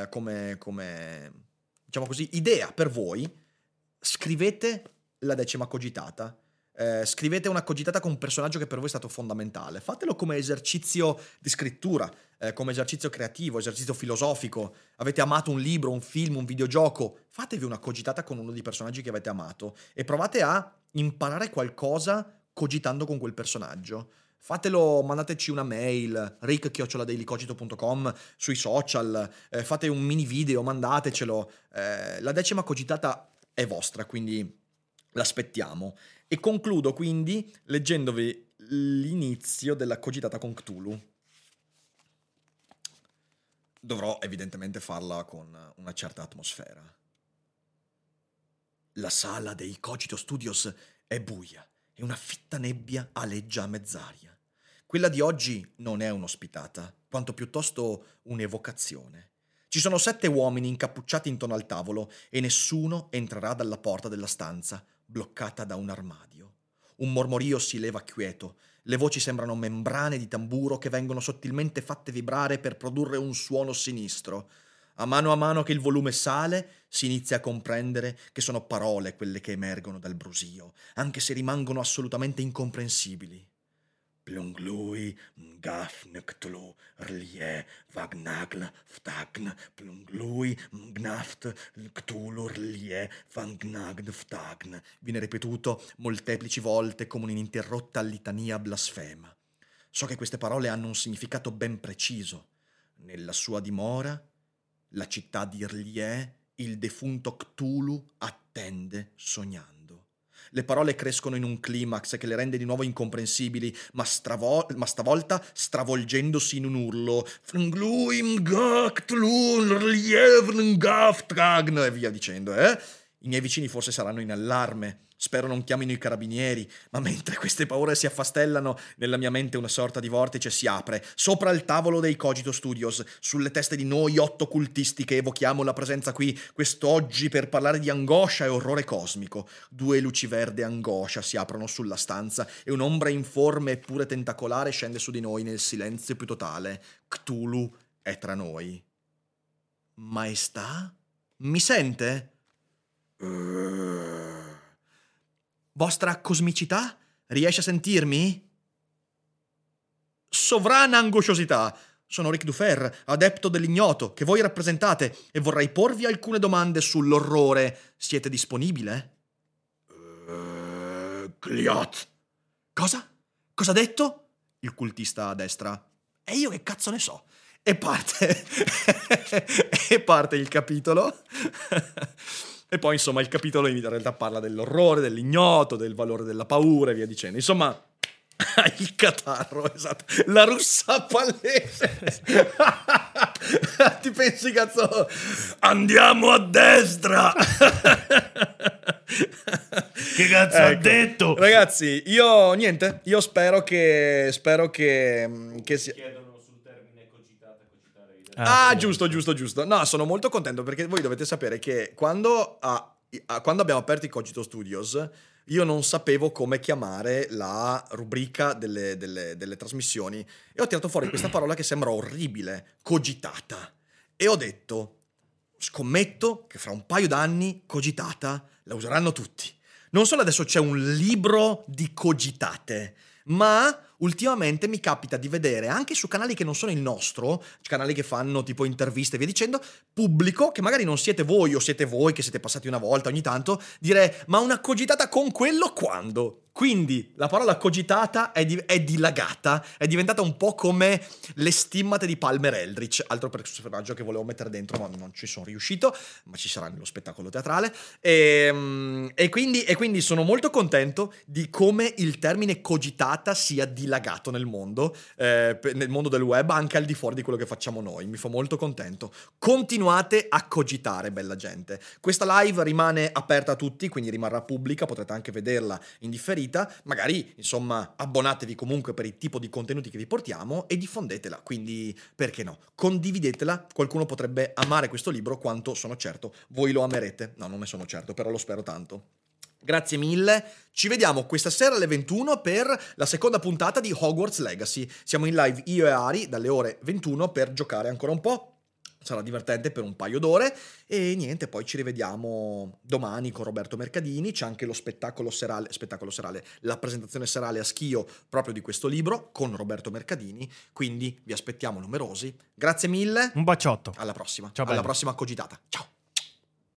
S2: diciamo così, idea per voi. Scrivete la decima cogitata. Scrivete una cogitata con un personaggio che per voi è stato fondamentale. Fatelo come esercizio di scrittura, come esercizio creativo, esercizio filosofico. Avete amato un libro, un film, un videogioco. Fatevi una cogitata con uno dei personaggi che avete amato e provate a imparare qualcosa cogitando con quel personaggio. Fatelo, mandateci una mail, rick@dailycogito.com, sui social, fate un mini video, mandatecelo. La decima cogitata è vostra, quindi l'aspettiamo. E concludo quindi leggendovi l'inizio della cogitata con Cthulhu. Dovrò evidentemente farla con una certa atmosfera. La sala dei Cogito Studios è buia e una fitta nebbia aleggia a mezz'aria. Quella di oggi non è un'ospitata, quanto piuttosto un'evocazione. Ci sono 7 uomini incappucciati intorno al tavolo e nessuno entrerà dalla porta della stanza, bloccata da un armadio. Un mormorio si leva quieto, le voci sembrano membrane di tamburo che vengono sottilmente fatte vibrare per produrre un suono sinistro. A mano che il volume sale, si inizia a comprendere che sono parole quelle che emergono dal brusio, anche se rimangono assolutamente incomprensibili. Plunglui, Mgafn, Cthulhu, Rlie, Vagnagl, Ftagn, Plunglui, Mgnaft, Cthulhu, Rlie, Vagnagl, Ftagn. Viene ripetuto molteplici volte come un'ininterrotta litania blasfema. So che queste parole hanno un significato ben preciso. Nella sua dimora, la città di Rlie, il defunto Cthulhu attende sognando. Le parole crescono in un climax che le rende di nuovo incomprensibili, ma stavolta stravolgendosi in un urlo. E via dicendo, I miei vicini forse saranno in allarme. Spero non chiamino i carabinieri, ma mentre queste paure si affastellano, nella mia mente una sorta di vortice si apre, sopra il tavolo dei Cogito Studios, sulle teste di noi 8 cultisti che evochiamo la presenza qui quest'oggi per parlare di angoscia e orrore cosmico. 2 luci verde angoscia si aprono sulla stanza e un'ombra informe eppure tentacolare scende su di noi nel silenzio più totale. Cthulhu è tra noi. Maestà? Mi sente? Vostra cosmicità? Riesce a sentirmi? Sovrana angosciosità! Sono Rick Dufer, adepto dell'ignoto, che voi rappresentate, e vorrei porvi alcune domande sull'orrore. Siete disponibile? Gliot! Cosa? Cosa ha detto? Il cultista a destra. E io che cazzo ne so? E parte il capitolo. E poi, insomma, il capitolo in realtà parla dell'orrore, dell'ignoto, del valore della paura e via dicendo. Insomma, il catarro, esatto. La russa palese. Ti pensi, cazzo? Andiamo a destra.
S3: Che cazzo ha detto?
S2: Ragazzi, io spero che sia... Giusto. No, sono molto contento perché voi dovete sapere che quando abbiamo aperto i Cogito Studios, io non sapevo come chiamare la rubrica delle trasmissioni e ho tirato fuori questa parola che sembra orribile, cogitata. E ho detto, scommetto che fra un paio d'anni cogitata la useranno tutti. Non solo adesso c'è un libro di cogitate, ma ultimamente mi capita di vedere anche su canali che non sono il nostro, canali che fanno tipo interviste e via dicendo, pubblico, che magari non siete voi o siete voi che siete passati una volta ogni tanto, dire ma una cogitata con quello quando? Quindi la parola cogitata è dilagata, è diventata un po' come le stimmate di Palmer Eldritch, altro personaggio che volevo mettere dentro ma non ci sono riuscito, ma ci sarà nello spettacolo teatrale e quindi sono molto contento di come il termine cogitata sia dilagato nel mondo del web, anche al di fuori di quello che facciamo noi. Mi fa molto contento. Continuate a cogitare, bella gente. Questa live rimane aperta a tutti, quindi rimarrà pubblica, potrete anche vederla in differita. Magari, insomma, abbonatevi comunque per il tipo di contenuti che vi portiamo e diffondetela, quindi perché no? Condividetela, qualcuno potrebbe amare questo libro quanto sono certo voi lo amerete. No, non ne sono certo, però lo spero tanto. Grazie mille, ci vediamo questa sera alle 21 per la seconda puntata di Hogwarts Legacy. Siamo in live io e Ari dalle ore 21 per giocare ancora un po'. Sarà divertente per un paio d'ore e niente, poi ci rivediamo domani con Roberto Mercadini, c'è anche lo spettacolo serale, la presentazione serale a Schio proprio di questo libro con Roberto Mercadini, quindi vi aspettiamo numerosi. Grazie mille.
S3: Un baciotto.
S2: Alla prossima.
S3: Ciao,
S2: alla
S3: bello.
S2: prossima cogitata. Ciao.